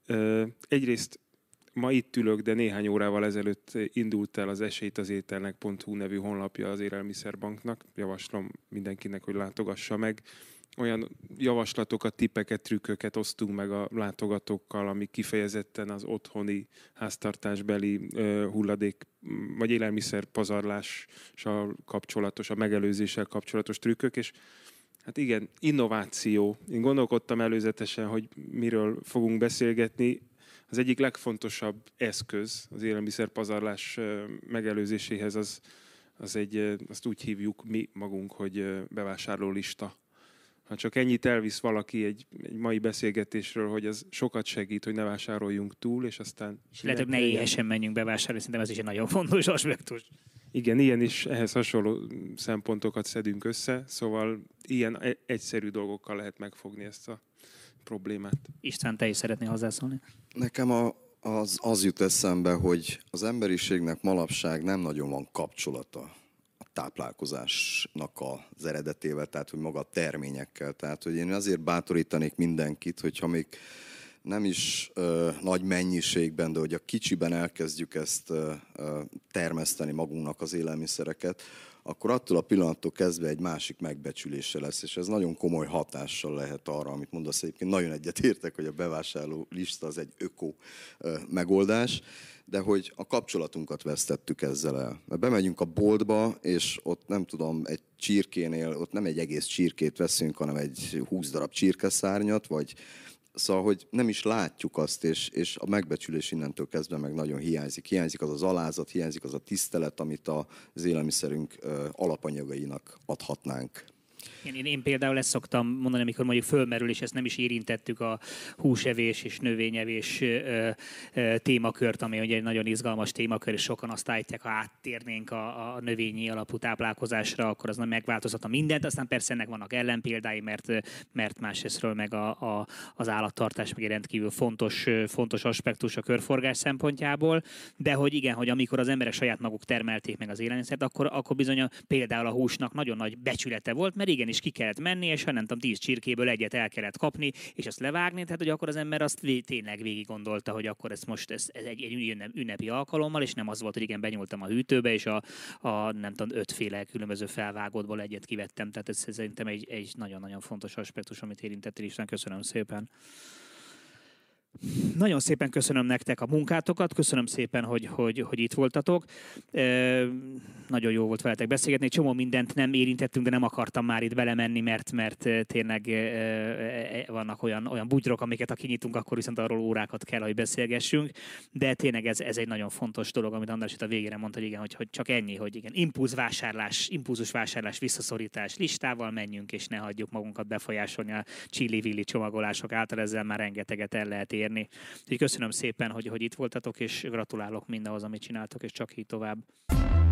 Egyrészt ma itt ülök, de néhány órával ezelőtt indult el az esélyt az ételnek pont hu nevű honlapja az Élelmiszerbanknak. Javaslom mindenkinek, hogy látogassa meg. Olyan javaslatokat, tippeket, trükköket osztunk meg a látogatókkal, ami kifejezetten az otthoni háztartásbeli hulladék vagy élelmiszer pazarlással kapcsolatos, a megelőzéssel kapcsolatos trükkök, és hát igen, innováció. Én gondolkodtam előzetesen, hogy miről fogunk beszélgetni. Az egyik legfontosabb eszköz az élelmiszerpazarlás megelőzéséhez az, az egy, azt úgy hívjuk mi magunk, hogy bevásárlólista. Ha csak ennyit elvisz valaki egy, egy mai beszélgetésről, hogy ez sokat segít, hogy ne vásároljunk túl, és aztán... És lehet, hogy ne éhesen menjünk bevásárolni, szerintem ez is egy nagyon fontos aspektus. Igen, ilyen is ehhez hasonló szempontokat szedünk össze, szóval ilyen egyszerű dolgokkal lehet megfogni ezt a problémát. István, te is szeretnél hozzászólni? Nekem a, az, az jut eszembe, hogy az emberiségnek manapság nem nagyon van kapcsolata a táplálkozásnak az eredetével, tehát hogy maga a terményekkel. Tehát, hogy én azért bátorítanék mindenkit, hogyha még nem is ö, nagy mennyiségben, de hogy a kicsiben elkezdjük ezt ö, ö, termeszteni magunknak az élelmiszereket, akkor attól a pillanattól kezdve egy másik megbecsülése lesz, és ez nagyon komoly hatással lehet arra, amit mondasz. Egyébként nagyon egyetértek, hogy a bevásárló lista az egy öko ö, megoldás, de hogy a kapcsolatunkat vesztettük ezzel el. Mert bemegyünk a boltba, és ott nem tudom, egy csirkénél, ott nem egy egész csirkét veszünk, hanem egy húsz darab csirkeszárnyat, vagy szóval, hogy nem is látjuk azt, és, és a megbecsülés innentől kezdve meg nagyon hiányzik. Hiányzik az az alázat, hiányzik az a tisztelet, amit az élelmiszerünk alapanyagainak adhatnánk. Én, én, én például ezt szoktam mondani, amikor mondjuk fölmerül, és ezt nem is érintettük, a húsevés és növényevés ö, ö, témakört, ami ugye egy nagyon izgalmas témakör, és sokan azt állítják, ha áttérnénk a, a növényi alapú táplálkozásra, akkor az nem megváltoztatna mindent. Aztán persze ennek vannak ellenpéldái, mert, mert másrésztről meg a, a, az állattartás meg egy rendkívül fontos, fontos aspektus a körforgás szempontjából, de hogy igen, hogy amikor az emberek saját maguk termelték meg az élelmiszert, akkor, akkor bizony a, például a húsnak nagyon nagy becsülete volt, mert igenis ki kellett menni, és ha nem tudom, tíz csirkéből egyet el kellett kapni, és azt levágni, tehát hogy akkor az ember azt vé- tényleg végig gondolta, hogy akkor ez most ez, ez egy, egy ünnepi alkalommal, és nem az volt, hogy igen, benyúltam a hűtőbe, és a, a nem tudom, ötféle különböző felvágódból egyet kivettem, tehát ez, ez szerintem egy, egy nagyon-nagyon fontos aspektus, amit érintettél is. Köszönöm szépen. Nagyon szépen köszönöm nektek a munkátokat, köszönöm szépen, hogy, hogy, hogy itt voltatok. E, nagyon jó volt veletek beszélgetni, egy csomó mindent nem érintettünk, de nem akartam már itt belemenni, mert, mert tényleg e, vannak olyan, olyan bugyrok, amiket ha kinyitunk, akkor viszont arról órákat kell, hogy beszélgessünk. De tényleg ez, ez egy nagyon fontos dolog, amit András itt a végére mondta, hogy igen, hogy, hogy csak ennyi, hogy igen, impulzvásárlás, impulzus vásárlás, visszaszorítás listával menjünk, és ne hagyjuk magunkat befolyásolni a chili-villi csomagolások által, ezzel már rengeteget el lehet érni. Úgyhogy köszönöm szépen, hogy, hogy itt voltatok, és gratulálok mindahhoz, amit csináltok, és csak így tovább.